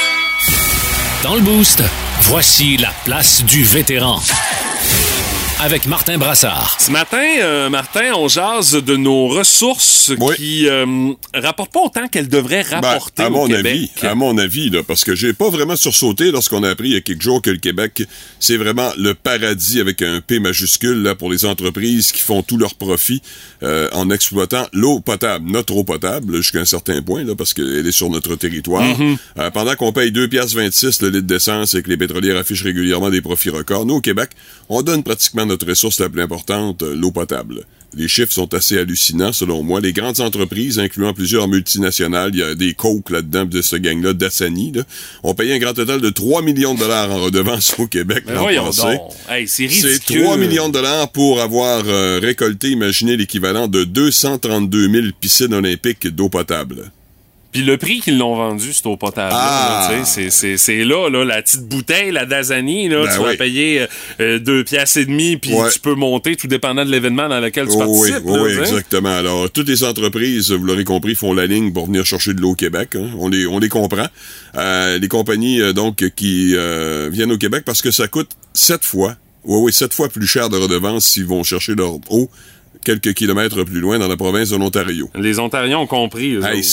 Dans le Boost, voici la place du vétéran. Avec Martin Brassard. Ce matin, Martin, on jase de nos ressources qui rapportent pas autant qu'elles devraient rapporter au Québec. À mon avis, là, parce que j'ai pas vraiment sursauté lorsqu'on a appris il y a quelques jours que le Québec, c'est vraiment le paradis avec un P majuscule là, pour les entreprises qui font tout leur profit en exploitant l'eau potable, notre eau potable, jusqu'à un certain point, là, parce qu'elle est sur notre territoire. Pendant qu'on paye 2,26$ le litre d'essence et que les pétrolières affichent régulièrement des profits records, nous, au Québec, on donne pratiquement notre ressource la plus importante, l'eau potable. Les chiffres sont assez hallucinants, selon moi. Les grandes entreprises, incluant plusieurs multinationales, il y a des Coke là-dedans de ce gang-là, Dasani, là, ont payé un grand total de 3 millions de dollars en redevances au Québec l'an passé. Hey, c'est ridicule. C'est 3 millions de dollars pour avoir récolté, imaginez l'équivalent de 232 000 piscines olympiques d'eau potable. Puis le prix qu'ils l'ont vendu, cette eau potable, c'est là, la petite bouteille, la Dasani, là, tu vas payer 2,5 piastres, puis tu peux monter tout dépendant de l'événement dans lequel tu participes. Oui, exactement. Alors, toutes les entreprises, vous l'aurez compris, font la ligne pour venir chercher de l'eau au Québec. Hein. On les comprend. Les compagnies, donc, qui viennent au Québec parce que ça coûte 7 fois plus cher de redevance s'ils vont chercher leur eau quelques kilomètres plus loin dans la province de l'Ontario. Les Ontariens ont compris. 7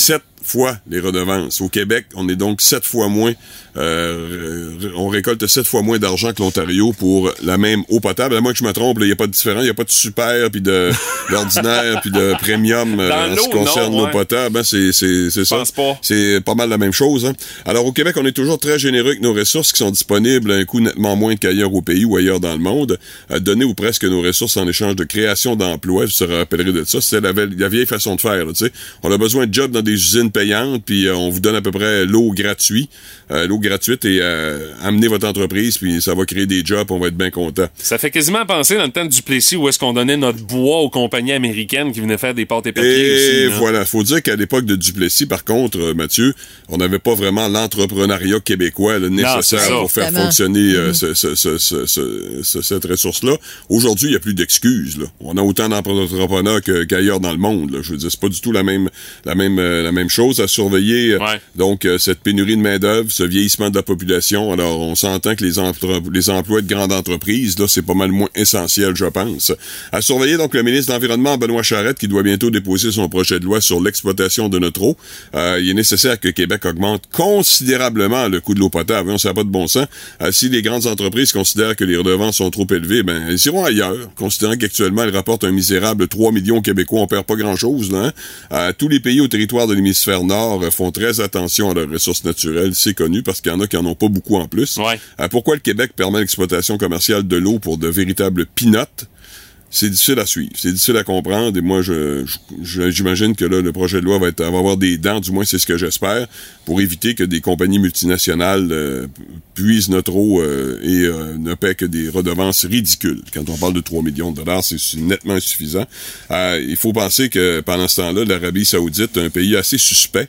fois les redevances. Au Québec, on est donc 7 fois moins, on récolte 7 fois moins d'argent que l'Ontario pour la même eau potable. À moins que je me trompe, il n'y a pas de différence, il n'y a pas de super, puis d'ordinaire, puis de premium en ce qui concerne l'eau potable. Hein, c'est ça. C'est pas mal la même chose. Hein. Alors, au Québec, on est toujours très généreux avec nos ressources qui sont disponibles à un coût nettement moins qu'ailleurs au pays ou ailleurs dans le monde. Donner ou presque nos ressources en échange de création d'emplois, vous se rappellerez de ça, c'était la vieille façon de faire. Tu sais, on a besoin de jobs dans des usines payantes, puis on vous donne à peu près l'eau gratuite et amenez votre entreprise, puis ça va créer des jobs, on va être bien content. Ça fait quasiment penser dans le temps de Duplessis où est-ce qu'on donnait notre bois aux compagnies américaines qui venaient faire des pâtes et papiers aussi. Et voilà, faut dire qu'à l'époque de Duplessis, par contre, Mathieu, on n'avait pas vraiment l'entrepreneuriat québécois nécessaire pour faire fonctionner cette ressource-là. Aujourd'hui, il n'y a plus d'excuses. Là. On a autant d'entrepreneurs qu'ailleurs dans le monde. Là. Je veux dire, c'est pas du tout la même chose à surveiller. Donc, cette pénurie de main-d'œuvre, ce vieillissement de la population. Alors, on s'entend que les emplois de grandes entreprises, là, c'est pas mal moins essentiel, je pense. À surveiller, donc, le ministre de l'Environnement, Benoît Charette, qui doit bientôt déposer son projet de loi sur l'exploitation de notre eau. Il est nécessaire que Québec augmente considérablement le coût de l'eau potable. Ça n'a pas de bon sens. Si les grandes entreprises considèrent que les redevances sont trop élevées, elles iront ailleurs, considérant qu'actuellement, elles rapportent un misérable 3 millions Québécois. On perd pas grand-chose, là. Hein? Tous les pays au territoire de l'hémisphère nord font très attention à leurs ressources naturelles. C'est connu parce qu'il y en a qui en ont pas beaucoup en plus. Pourquoi le Québec permet l'exploitation commerciale de l'eau pour de véritables peanuts? C'est difficile à suivre, c'est difficile à comprendre, et moi, j'imagine que là, le projet de loi va avoir des dents, du moins c'est ce que j'espère, pour éviter que des compagnies multinationales puisent notre eau et ne paient que des redevances ridicules. Quand on parle de 3 millions de dollars, c'est nettement insuffisant. Il faut penser que pendant ce temps-là, l'Arabie Saoudite, un pays assez suspect,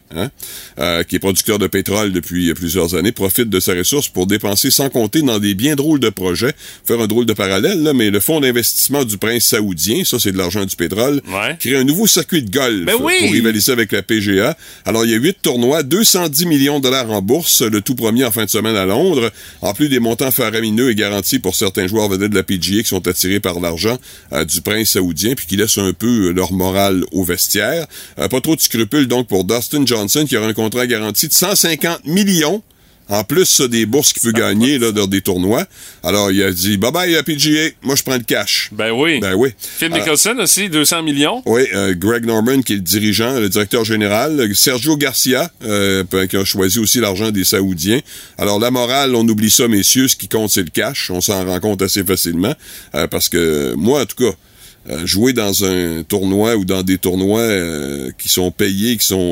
qui est producteur de pétrole depuis plusieurs années, profite de sa ressource pour dépenser sans compter dans des bien drôles de projets. Faire un drôle de parallèle, là, mais le fonds d'investissement du prince saoudien, ça c'est de l'argent du pétrole, crée un nouveau circuit de golf pour rivaliser avec la PGA. Alors il y a 8 tournois, 210 millions de dollars en bourse, le tout premier en fin de semaine à Londres, en plus des montants faramineux et garantis pour certains joueurs vedettes de la PGA qui sont attirés par l'argent du prince saoudien puis qui laissent un peu leur morale au vestiaire. Pas trop de scrupules donc pour Dustin Johnson qui aura un contrat garanti de 150 millions. En plus, ça, des bourses qu'il peut gagner là, dans des tournois. Alors, il a dit, bye-bye à PGA, moi je prends le cash. Ben oui. Phil Mickelson aussi, 200 millions. Oui, Greg Norman, qui est le dirigeant, le directeur général. Sergio Garcia, qui a choisi aussi l'argent des Saoudiens. Alors, la morale, on oublie ça, messieurs, ce qui compte, c'est le cash. On s'en rend compte assez facilement. Parce que, moi, en tout cas, jouer dans un tournoi ou dans des tournois qui sont payés,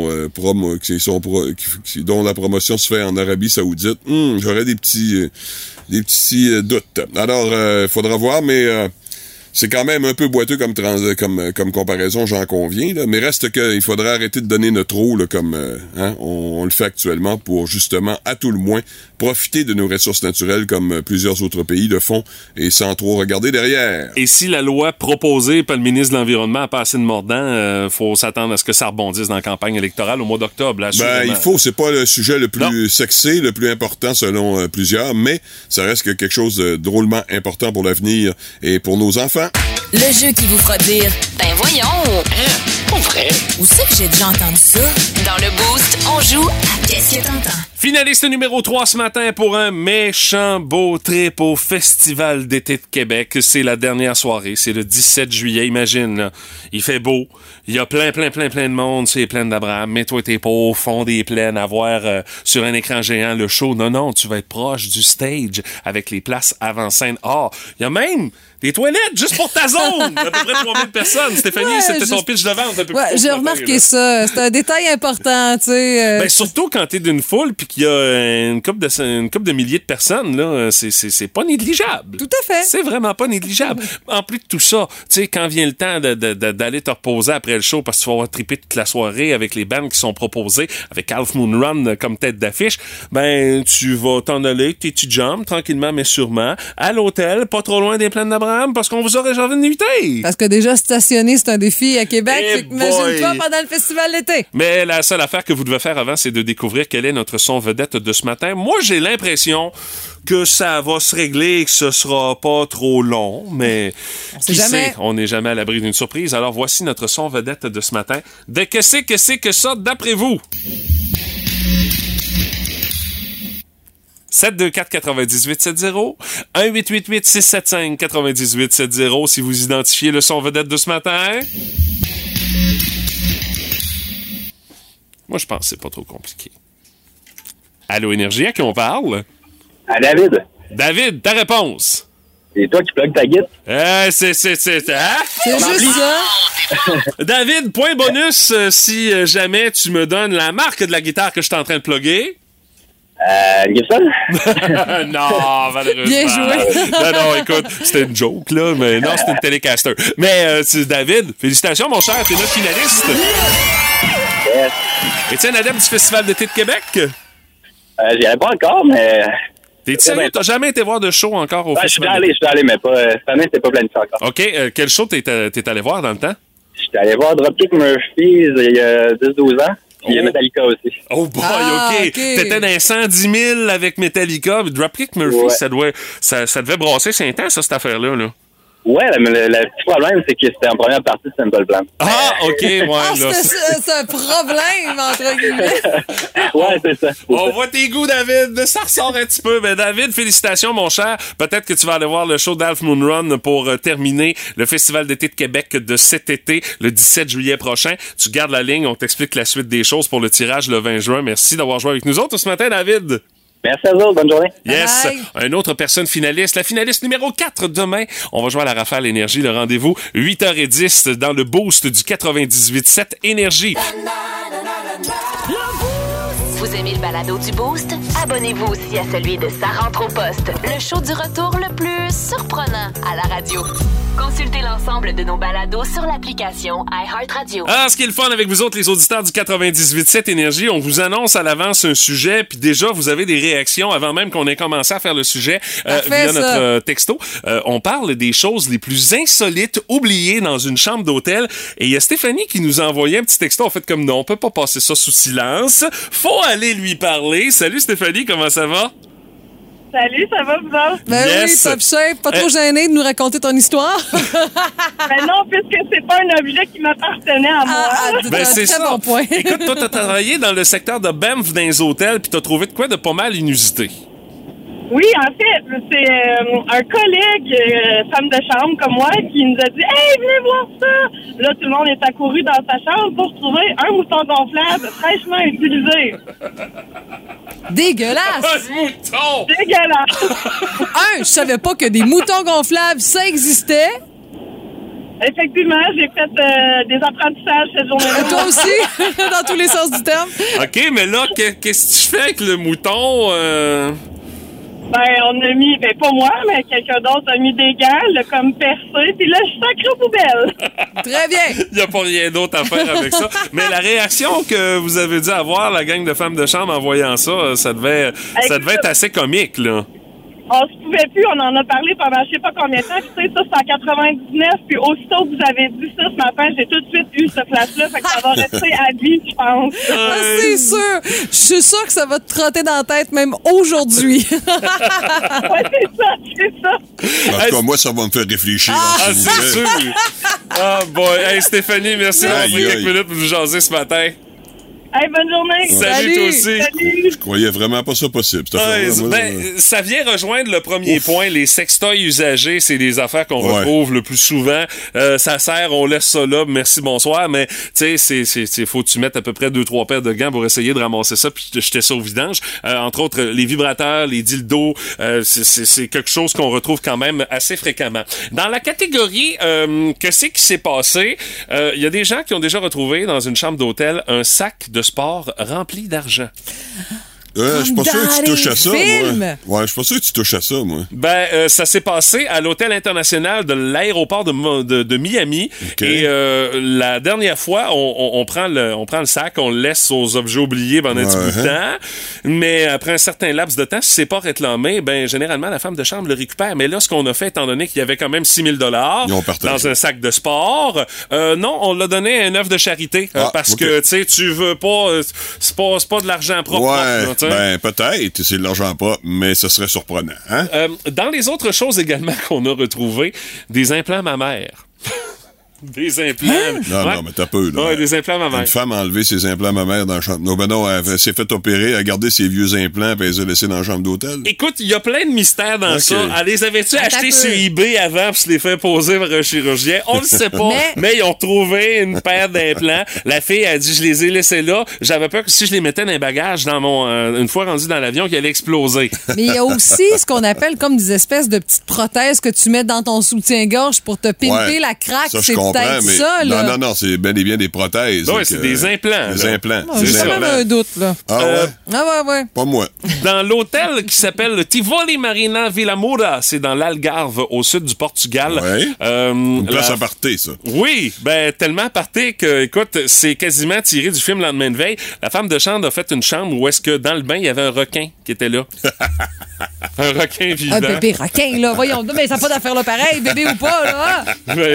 dont la promotion se fait en Arabie Saoudite, j'aurais des petits doutes. Alors, faudra voir, mais c'est quand même un peu boiteux comme comparaison, j'en conviens, là. Mais reste qu'il faudrait arrêter de donner notre eau, là, comme on le fait actuellement, pour justement, à tout le moins, profiter de nos ressources naturelles comme plusieurs autres pays le font et sans trop regarder derrière. Et si la loi proposée par le ministre de l'Environnement a pas assez de mordant, faut s'attendre à ce que ça rebondisse dans la campagne électorale au mois d'octobre. Là, c'est pas le sujet le plus sexy, le plus important selon plusieurs, mais ça reste que quelque chose de drôlement important pour l'avenir et pour nos enfants. Le jeu qui vous fera dire « Ben voyons! Pas vrai? Où c'est que j'ai déjà entendu ça? » Dans le Boost, on joue à Qu'est-ce que t'entends? Finaliste numéro 3 ce matin pour un méchant beau trip au Festival d'été de Québec. C'est la dernière soirée, c'est le 17 juillet, imagine, là. Il fait beau, il y a plein de monde sur les plaines d'Abraham, mais toi t'es pas au fond des plaines à voir sur un écran géant le show. Non, tu vas être proche du stage avec les places avant-scène. Il y a même des toilettes juste pour ta zone! À peu près 3000 personnes. Stéphanie, c'était ton pitch de vente un peu plus tôt. J'ai remarqué ça. C'est un détail important, tu sais. Ben, surtout quand t'es d'une foule puis qu'il y a une couple de milliers de personnes, là, c'est pas négligeable. Tout à fait. C'est vraiment pas négligeable. En plus de tout ça, tu sais, quand vient le temps d'aller te reposer après le show parce que tu vas avoir trippé toute la soirée avec les bands qui sont proposées, avec Half Moon Run comme tête d'affiche, ben, tu vas t'en aller avec tes petits jumps, tranquillement mais sûrement, à l'hôtel, pas trop loin des plaines d'Abraham, parce qu'on vous aurait jamais invité. Parce que déjà stationner, c'est un défi à Québec. Imagine-toi pendant le festival d'été. Mais la seule affaire que vous devez faire avant, c'est de découvrir quel est notre son son vedette de ce matin. Moi, j'ai l'impression que ça va se régler et que ce sera pas trop long, mais qui sait, on n'est jamais à l'abri d'une surprise. Alors voici notre son vedette de ce matin. De que c'est que ça d'après vous? 724-9870, 1-888-675-9870 si vous identifiez le son vedette de ce matin. Moi, je pense que c'est pas trop compliqué. Allô, Énergie, à qui on parle? À David. David, ta réponse? C'est toi qui plugues ta guitare? C'est juste ça. David, point bonus si jamais tu me donnes la marque de la guitare que je suis en train de plugger. Gibson? Non, malheureusement. Bien joué. Non, écoute, c'était une joke, là, mais non, c'était une Telecaster. Mais, David, félicitations, mon cher, t'es notre finaliste. Yes. Es-tu un adepte du Festival d'été de Québec? J'y allais pas encore, mais... T'es sérieux? T'as jamais été voir de show encore au festival? Je suis allé, mais pas, cette année, c'était pas planifié encore. OK. Quel show t'es allé voir dans le temps? J'étais allé voir Dropkick Murphys il y a 10-12 ans. Puis il y a Metallica aussi. Oh boy, OK. T'étais dans 110 000 avec Metallica. Dropkick Murphys, ça devait brasser 5 ans, ça, cette affaire-là, là. Ouais, mais le petit problème, c'est que c'était en première partie de Simple Plan. Ah, OK, ouais. C'est un problème, entre guillemets. Ouais, c'est ça. On voit tes goûts, David. Ça ressort un petit peu. Mais David, félicitations, mon cher. Peut-être que tu vas aller voir le show d'Half Moon Run pour terminer le Festival d'été de Québec de cet été, le 17 juillet prochain. Tu gardes la ligne, on t'explique la suite des choses pour le tirage le 20 juin. Merci d'avoir joué avec nous autres ce matin, David. Merci à vous, bonne journée. Yes. Bye. Une autre personne finaliste, la finaliste numéro 4 demain. On va jouer à la Rafale Énergie, le rendez-vous 8h10 dans le boost du 98.7 Énergie. Vous aimez le balado du Boost? Abonnez-vous aussi à celui de Sa rentre au poste, le show du retour le plus surprenant à la radio. Consultez l'ensemble de nos balados sur l'application iHeartRadio. Ah, ce qui est le fun avec vous autres, les auditeurs du 98.7 Énergie, on vous annonce à l'avance un sujet, puis déjà, vous avez des réactions avant même qu'on ait commencé à faire le sujet via notre texto. On parle des choses les plus insolites oubliées dans une chambre d'hôtel. Et il y a Stéphanie qui nous a envoyé un petit texto. En fait, comme non, on peut pas passer ça sous silence. Faut aller lui parler. Salut Stéphanie, comment ça va? Salut, ça va, vous autres? Ben yes. Oui, top chef. Pas trop gêné de nous raconter ton histoire. Ben non, puisque c'est pas un objet qui m'appartenait à moi. C'est ça. Bon point. Écoute, toi, t'as travaillé dans le secteur de Banff dans les hôtels, puis t'as trouvé de quoi de pas mal inusité. Oui, en fait, c'est un collègue, femme de chambre comme moi, qui nous a dit « Hey, venez voir ça! » Là, tout le monde est accouru dans sa chambre pour trouver un mouton gonflable fraîchement utilisé. Dégueulasse! Un mouton! Dégueulasse! Je savais pas que des moutons gonflables, ça existait. Effectivement, j'ai fait des apprentissages cette journée-là. Toi aussi, dans tous les sens du terme. OK, mais là, qu'est-ce que tu fais avec le mouton? Ben, on a mis, pas moi, mais quelqu'un d'autre a mis des gants, l'a comme percé, puis là, je suis sacré aux poubelles. Très bien. Il n'y a pas rien d'autre à faire avec ça. Mais la réaction que vous avez dû avoir, la gang de femmes de chambre, en voyant ça, ça devait être assez comique, là. On se pouvait plus, on en a parlé pendant je sais pas combien de temps. Tu sais, ça, c'est en 99, puis aussitôt que vous avez dit ça ce matin, j'ai tout de suite eu ce flash-là, fait que ça va rester à vie, je pense. C'est sûr. Je suis sûre que ça va te trotter dans la tête même aujourd'hui. Ouais, c'est ça. En tout cas, moi, ça va me faire réfléchir. C'est sûr. Ah, boy. Hey, Stéphanie, merci d'avoir pris quelques minutes pour nous jaser ce matin. Hey, bonne journée. Salut, toi aussi. Salut. Je croyais vraiment pas ça possible. Ça vient rejoindre le premier point. Les sextoys usagés, c'est des affaires qu'on retrouve le plus souvent. Ça sert, on laisse ça là. Merci, bonsoir. Mais, tu sais, faut que tu mettes à peu près 2-3 paires de gants pour essayer de ramasser ça puis de jeter ça au vidange. Entre autres, les vibrateurs, les dildos, c'est quelque chose qu'on retrouve quand même assez fréquemment. Dans la catégorie, qu'est-ce qui s'est passé? Il y a des gens qui ont déjà retrouvé dans une chambre d'hôtel un sac de sport rempli d'argent. Je suis pas sûr que tu touches à ça, moi. Ouais, je suis pas sûr que tu touches à ça, moi. Ben, ça s'est passé à l'hôtel international de l'aéroport de Miami. Okay. Et la dernière fois, on prend le sac, on le laisse aux objets oubliés pendant un petit bout de temps. Mais après un certain laps de temps, si c'est pas réclamé, ben généralement, la femme de chambre le récupère. Mais là, ce qu'on a fait, étant donné qu'il y avait quand même 6 000 $ dans un sac de sport, non, on l'a donné à une œuvre de charité. Parce que, tu sais, tu veux pas... C'est pas de l'argent propre. Ben, peut-être, c'est de l'argent propre, mais ce serait surprenant. Hein? Dans les autres choses également qu'on a retrouvées, des implants mammaires. Des implants. Non, mais t'as peu, là. Ouais, des implants mammaires. Une femme a enlevé ses implants mammaires dans la chambre. Non, ben non, elle s'est fait opérer, elle a gardé ses vieux implants, puis elle les a laissés dans la chambre d'hôtel. Écoute, il y a plein de mystères dans ça. Elle les avait-tu achetés sur eBay avant, puis se les fait poser par un chirurgien? On le sait pas. Mais ils ont trouvé une paire d'implants. La fille a dit, je les ai laissés là. J'avais peur que si je les mettais dans les bagages, dans une fois rendu dans l'avion, qu'ils allaient exploser. Mais il y a aussi ce qu'on appelle comme des espèces de petites prothèses que tu mets dans ton soutien-gorge pour te pimper la craque. Ça, je comprends, mais ça, là. Non, c'est bel et bien des prothèses. Oui, c'est des implants. Des implants. J'ai quand même un doute, là. Ouais? Pas moi. Dans l'hôtel qui s'appelle Tivoli Marina Villa Moura, c'est dans l'Algarve, au sud du Portugal. Oui. Une place apartée, ça. Oui, tellement apartée que, écoute, c'est quasiment tiré du film Lendemain de veille. La femme de chambre a fait une chambre où est-ce que dans le bain, il y avait un requin qui était là. Un requin vivant. Un bébé requin, là. Voyons, mais ça n'a pas d'affaire là pareil, bébé ou pas, là.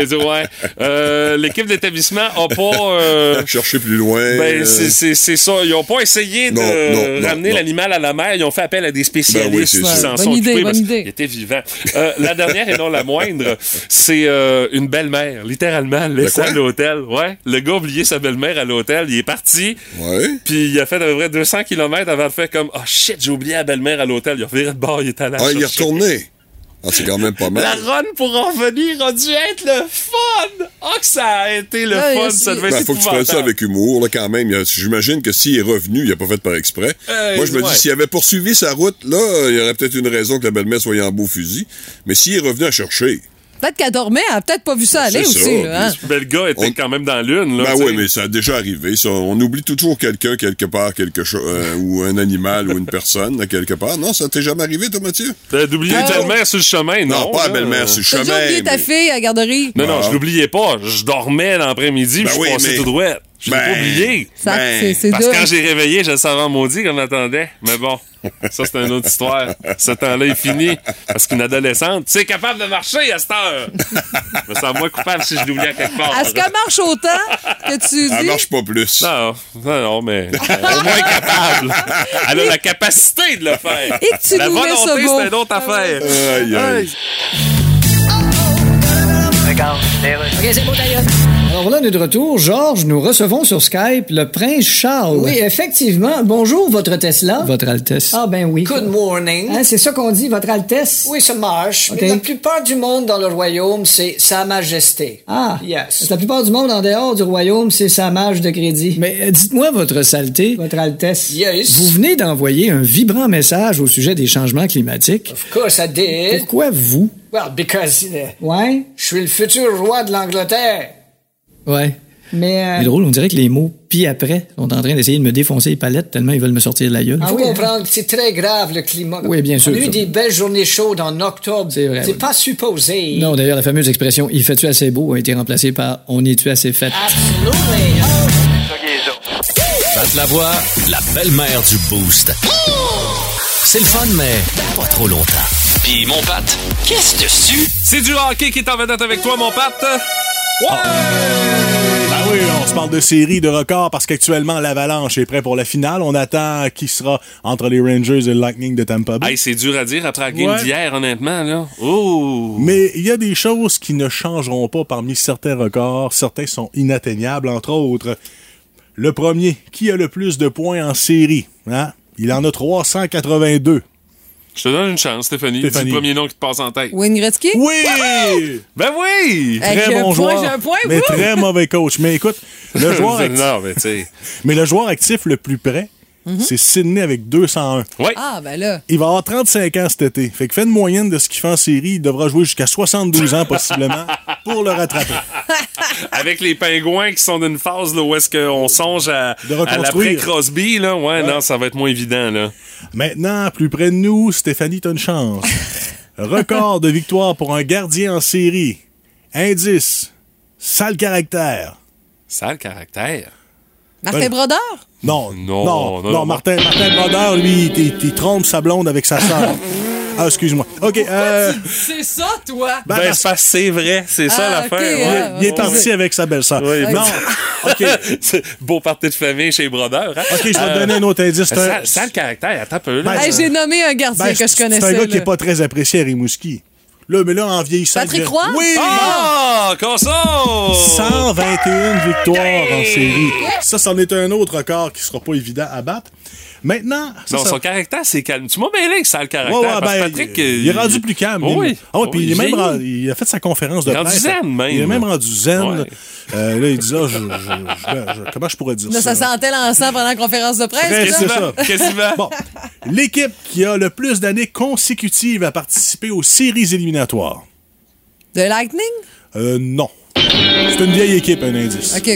Ouais. L'équipe d'établissement n'a pas... cherché plus loin. C'est ça. Ils n'ont pas essayé de ramener l'animal à la mer. Ils ont fait appel à des spécialistes qui s'en sont occupés parce qu'il était vivant. La dernière et non la moindre, c'est une belle-mère, littéralement, laissée à l'hôtel. Ouais. Le gars a oublié sa belle-mère à l'hôtel. Il est parti. Ouais. Puis il a fait à peu près 200 km avant de faire comme « Oh shit, j'ai oublié la belle-mère à l'hôtel. » Il a viré de bord, il est allé il est retourné. C'est quand même pas mal. La run pour en revenir a dû être le fun! Que ça a été le fun! Ça devait être faut que tu prennes ça avec humour, là, quand même. J'imagine que s'il est revenu, il a pas fait par exprès. Moi, je me dis, s'il avait poursuivi sa route, là, il y aurait peut-être une raison que la belle-mère soit en beau fusil. Mais s'il est revenu à chercher... Peut-être qu'elle dormait, elle a peut-être pas vu ça aller aussi. Là, hein? Le gars était quand même dans l'une. Là, oui, mais ça a déjà arrivé. Ça. On oublie toujours quelqu'un, quelque part, quelque chose, ou un animal ou une personne, là, quelque part. Non, ça t'est jamais arrivé, toi, Mathieu? D'oublier ta belle-mère sur le chemin, non? Non, pas la belle-mère sur le chemin. T'as oublié ta fille à la garderie? Non, je l'oubliais pas. Je dormais l'après-midi, je suis passé tout droit. Je l'ai pas oublié. C'est parce que quand j'ai réveillé, je le savais en maudit qu'on attendait. Mais bon, ça, c'est une autre histoire. Ce temps-là est fini. Parce qu'une adolescente, c'est capable de marcher à cette heure. Je me sens moins coupable si je l'oublie à quelque part. Est-ce qu'elle marche autant que tu dis? Elle marche pas plus. Non, mais au moins capable. Elle a la capacité de le faire. Et que tu la volonté, c'est une autre affaire. OK, c'est beau, d'ailleurs. Alors là, on est de retour. Georges, nous recevons sur Skype le prince Charles. Oui, effectivement. Bonjour, votre Tesla. Votre Altesse. Ah, ben oui. Good morning. C'est ça qu'on dit, votre Altesse? Oui, ça marche. Okay. Mais la plupart du monde dans le royaume, c'est Sa Majesté. Ah. Yes. La plupart du monde en dehors du royaume, c'est Sa Mage de crédit. Mais dites-moi, votre saleté. Votre Altesse. Yes. Vous venez d'envoyer un vibrant message au sujet des changements climatiques. Of course I did. Pourquoi vous? Well, because... Ouais? Je suis le futur roi de l'Angleterre. Ouais. Mais c'est drôle, on dirait que les mots « pis après » sont en train d'essayer de me défoncer les palettes tellement ils veulent me sortir de la gueule. Il faut comprendre que c'est très grave, le climat. Oui, bien sûr. On a eu des belles journées chaudes en octobre. C'est vrai. C'est pas supposé. Non, d'ailleurs, la fameuse expression « il fait-tu assez beau » a été remplacée par « on est-tu assez fait ». Absolument. Pat Lavoie, la belle-mère du Boost. C'est le fun, mais pas trop longtemps. Puis mon Pat, qu'est-ce dessus? C'est du hockey qui est en vedette avec toi, mon Pat. Ouais! Ben oui, on se parle de série, de records, parce qu'actuellement, l'Avalanche est prêt pour la finale. On attend qui sera entre les Rangers et le Lightning de Tampa Bay. Hey, c'est dur à dire après la game d'hier, honnêtement, là. Oh! Mais il y a des choses qui ne changeront pas parmi certains records. Certains sont inatteignables, entre autres. Le premier, qui a le plus de points en série? Hein? Il en a 382. Je te donne une chance, Stéphanie. C'est le premier nom qui te passe en tête. Wayne Gretzky? Oui! Ben oui! Très bon joueur. J'ai un point, mais très mauvais coach. Mais écoute, le joueur actif... Non, mais tu sais... Mais le joueur actif le plus près, c'est Sidney avec 201. Oui. Ah, ben là. Il va avoir 35 ans cet été. Fait que fait une moyenne de ce qu'il fait en série, il devra jouer jusqu'à 72 ans, possiblement, pour le rattraper. Avec les Pingouins qui sont d'une phase là, où est-ce qu'on songe à l'après-Crosby, là. Ouais, non, ça va être moins évident, là. Maintenant, plus près de nous, Stéphanie, t'as une chance. Record de victoire pour un gardien en série. Indice. Sale caractère. Sale caractère? Martin Brodeur? Non, Martin Brodeur, lui, il trompe sa blonde avec sa sœur. Ah, excuse-moi. OK. C'est ça, toi? Ben, c'est vrai. C'est ça l'affaire. Il est parti avec sa belle-sœur. Oui, non. OK. Beau party de famille chez Brodeur. Hein? OK, je vais te donner un autre indice. Ça le caractère. Attends un peu. Là. J'ai nommé un gardien que je connaissais. C'est un gars qui n'est pas très apprécié à Rimouski. Là, mais là, en vieillissant... Patrick Roy? Oui! Ah! Conso! 121 victoires en série. Ça, c'en est un autre record qui sera pas évident à battre. Maintenant... son caractère, c'est calme. Tu m'as mêlé que ça a le caractère. Parce que Patrick... il est rendu plus calme. Oui. Puis il a fait sa conférence de presse. Il est rendu zen, même. Il est même rendu zen. Ouais. Là, il dit, comment je pourrais dire ça? Ça sentait l'encens pendant la conférence de presse. C'est ça. Quasiment. Bon. L'équipe qui a le plus d'années consécutives à participer aux séries éliminatoires. The Lightning? Non. C'est une vieille équipe, un indice. OK.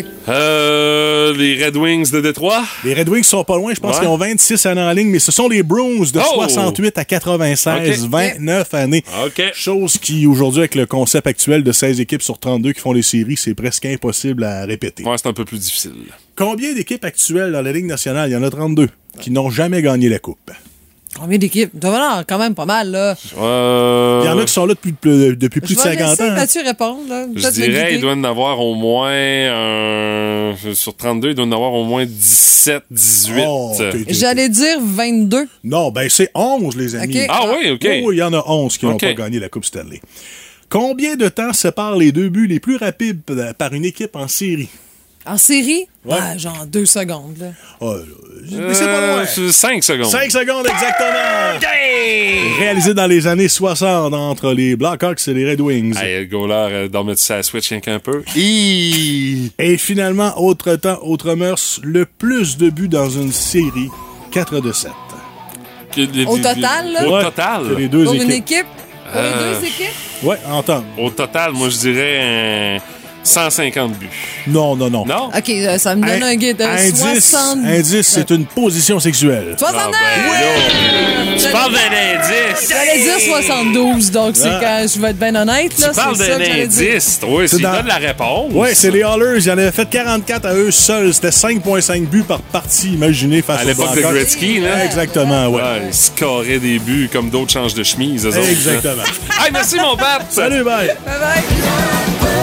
Les Red Wings de Détroit? Les Red Wings sont pas loin. Je pense qu'ils ont 26 années en ligne, mais ce sont les Bruins de 68 à 96, 29 années. Chose qui, aujourd'hui, avec le concept actuel de 16 équipes sur 32 qui font les séries, c'est presque impossible à répéter. Ouais, c'est un peu plus difficile. Combien d'équipes actuelles dans la Ligue nationale? Il y en a 32 qui n'ont jamais gagné la Coupe. Combien d'équipes? Il doit y en avoir quand même pas mal, là. Il y en a qui sont là depuis plus de 50 ans. Mathieu répondre, là. Je dirais, il doit en avoir au moins... sur 32, il doit en avoir au moins 17, 18. J'allais dire 22. Non, ben c'est 11, les amis. Okay. Ah oui, OK. Oui, il y en a 11 qui n'ont pas gagné la Coupe Stanley. Combien de temps séparent les deux buts les plus rapides par une équipe en série? En série? Ouais. Genre 2 secondes, là. Mais c'est pas loin. 5 secondes. 5 secondes, exactement. Réalisé dans les années 60 entre les Blackhawks et les Red Wings. Hey, le goaler dormait sa switch rien qu'un peu. Et finalement, autre temps, autre mœurs, le plus de buts dans une série, 4 de 7. Au total, là? Au total? Les deux Pour équipes. une équipe? Pour les deux équipes? Ouais, en temps. Au total, moi, je dirais 150 buts. Non. Non? OK, ça me donne un guide de 60... Indice, c'est une position sexuelle. 69! Oui! Tu parles d'un indice! J'allais dire 72, donc c'est quand je vais être bien honnête. Là, tu parles d'un indice. Oui, c'est donne la réponse. Oui, c'est les Oilers. Ils en avaient fait 44 à eux seuls. C'était 5,5 buts par partie, imaginez, face à l'époque de Gretzky, là. Exactement, ouais. Ils scoraient des buts comme d'autres changent de chemise. Exactement. Hey, merci, mon père. Salut, bye. Bye-bye.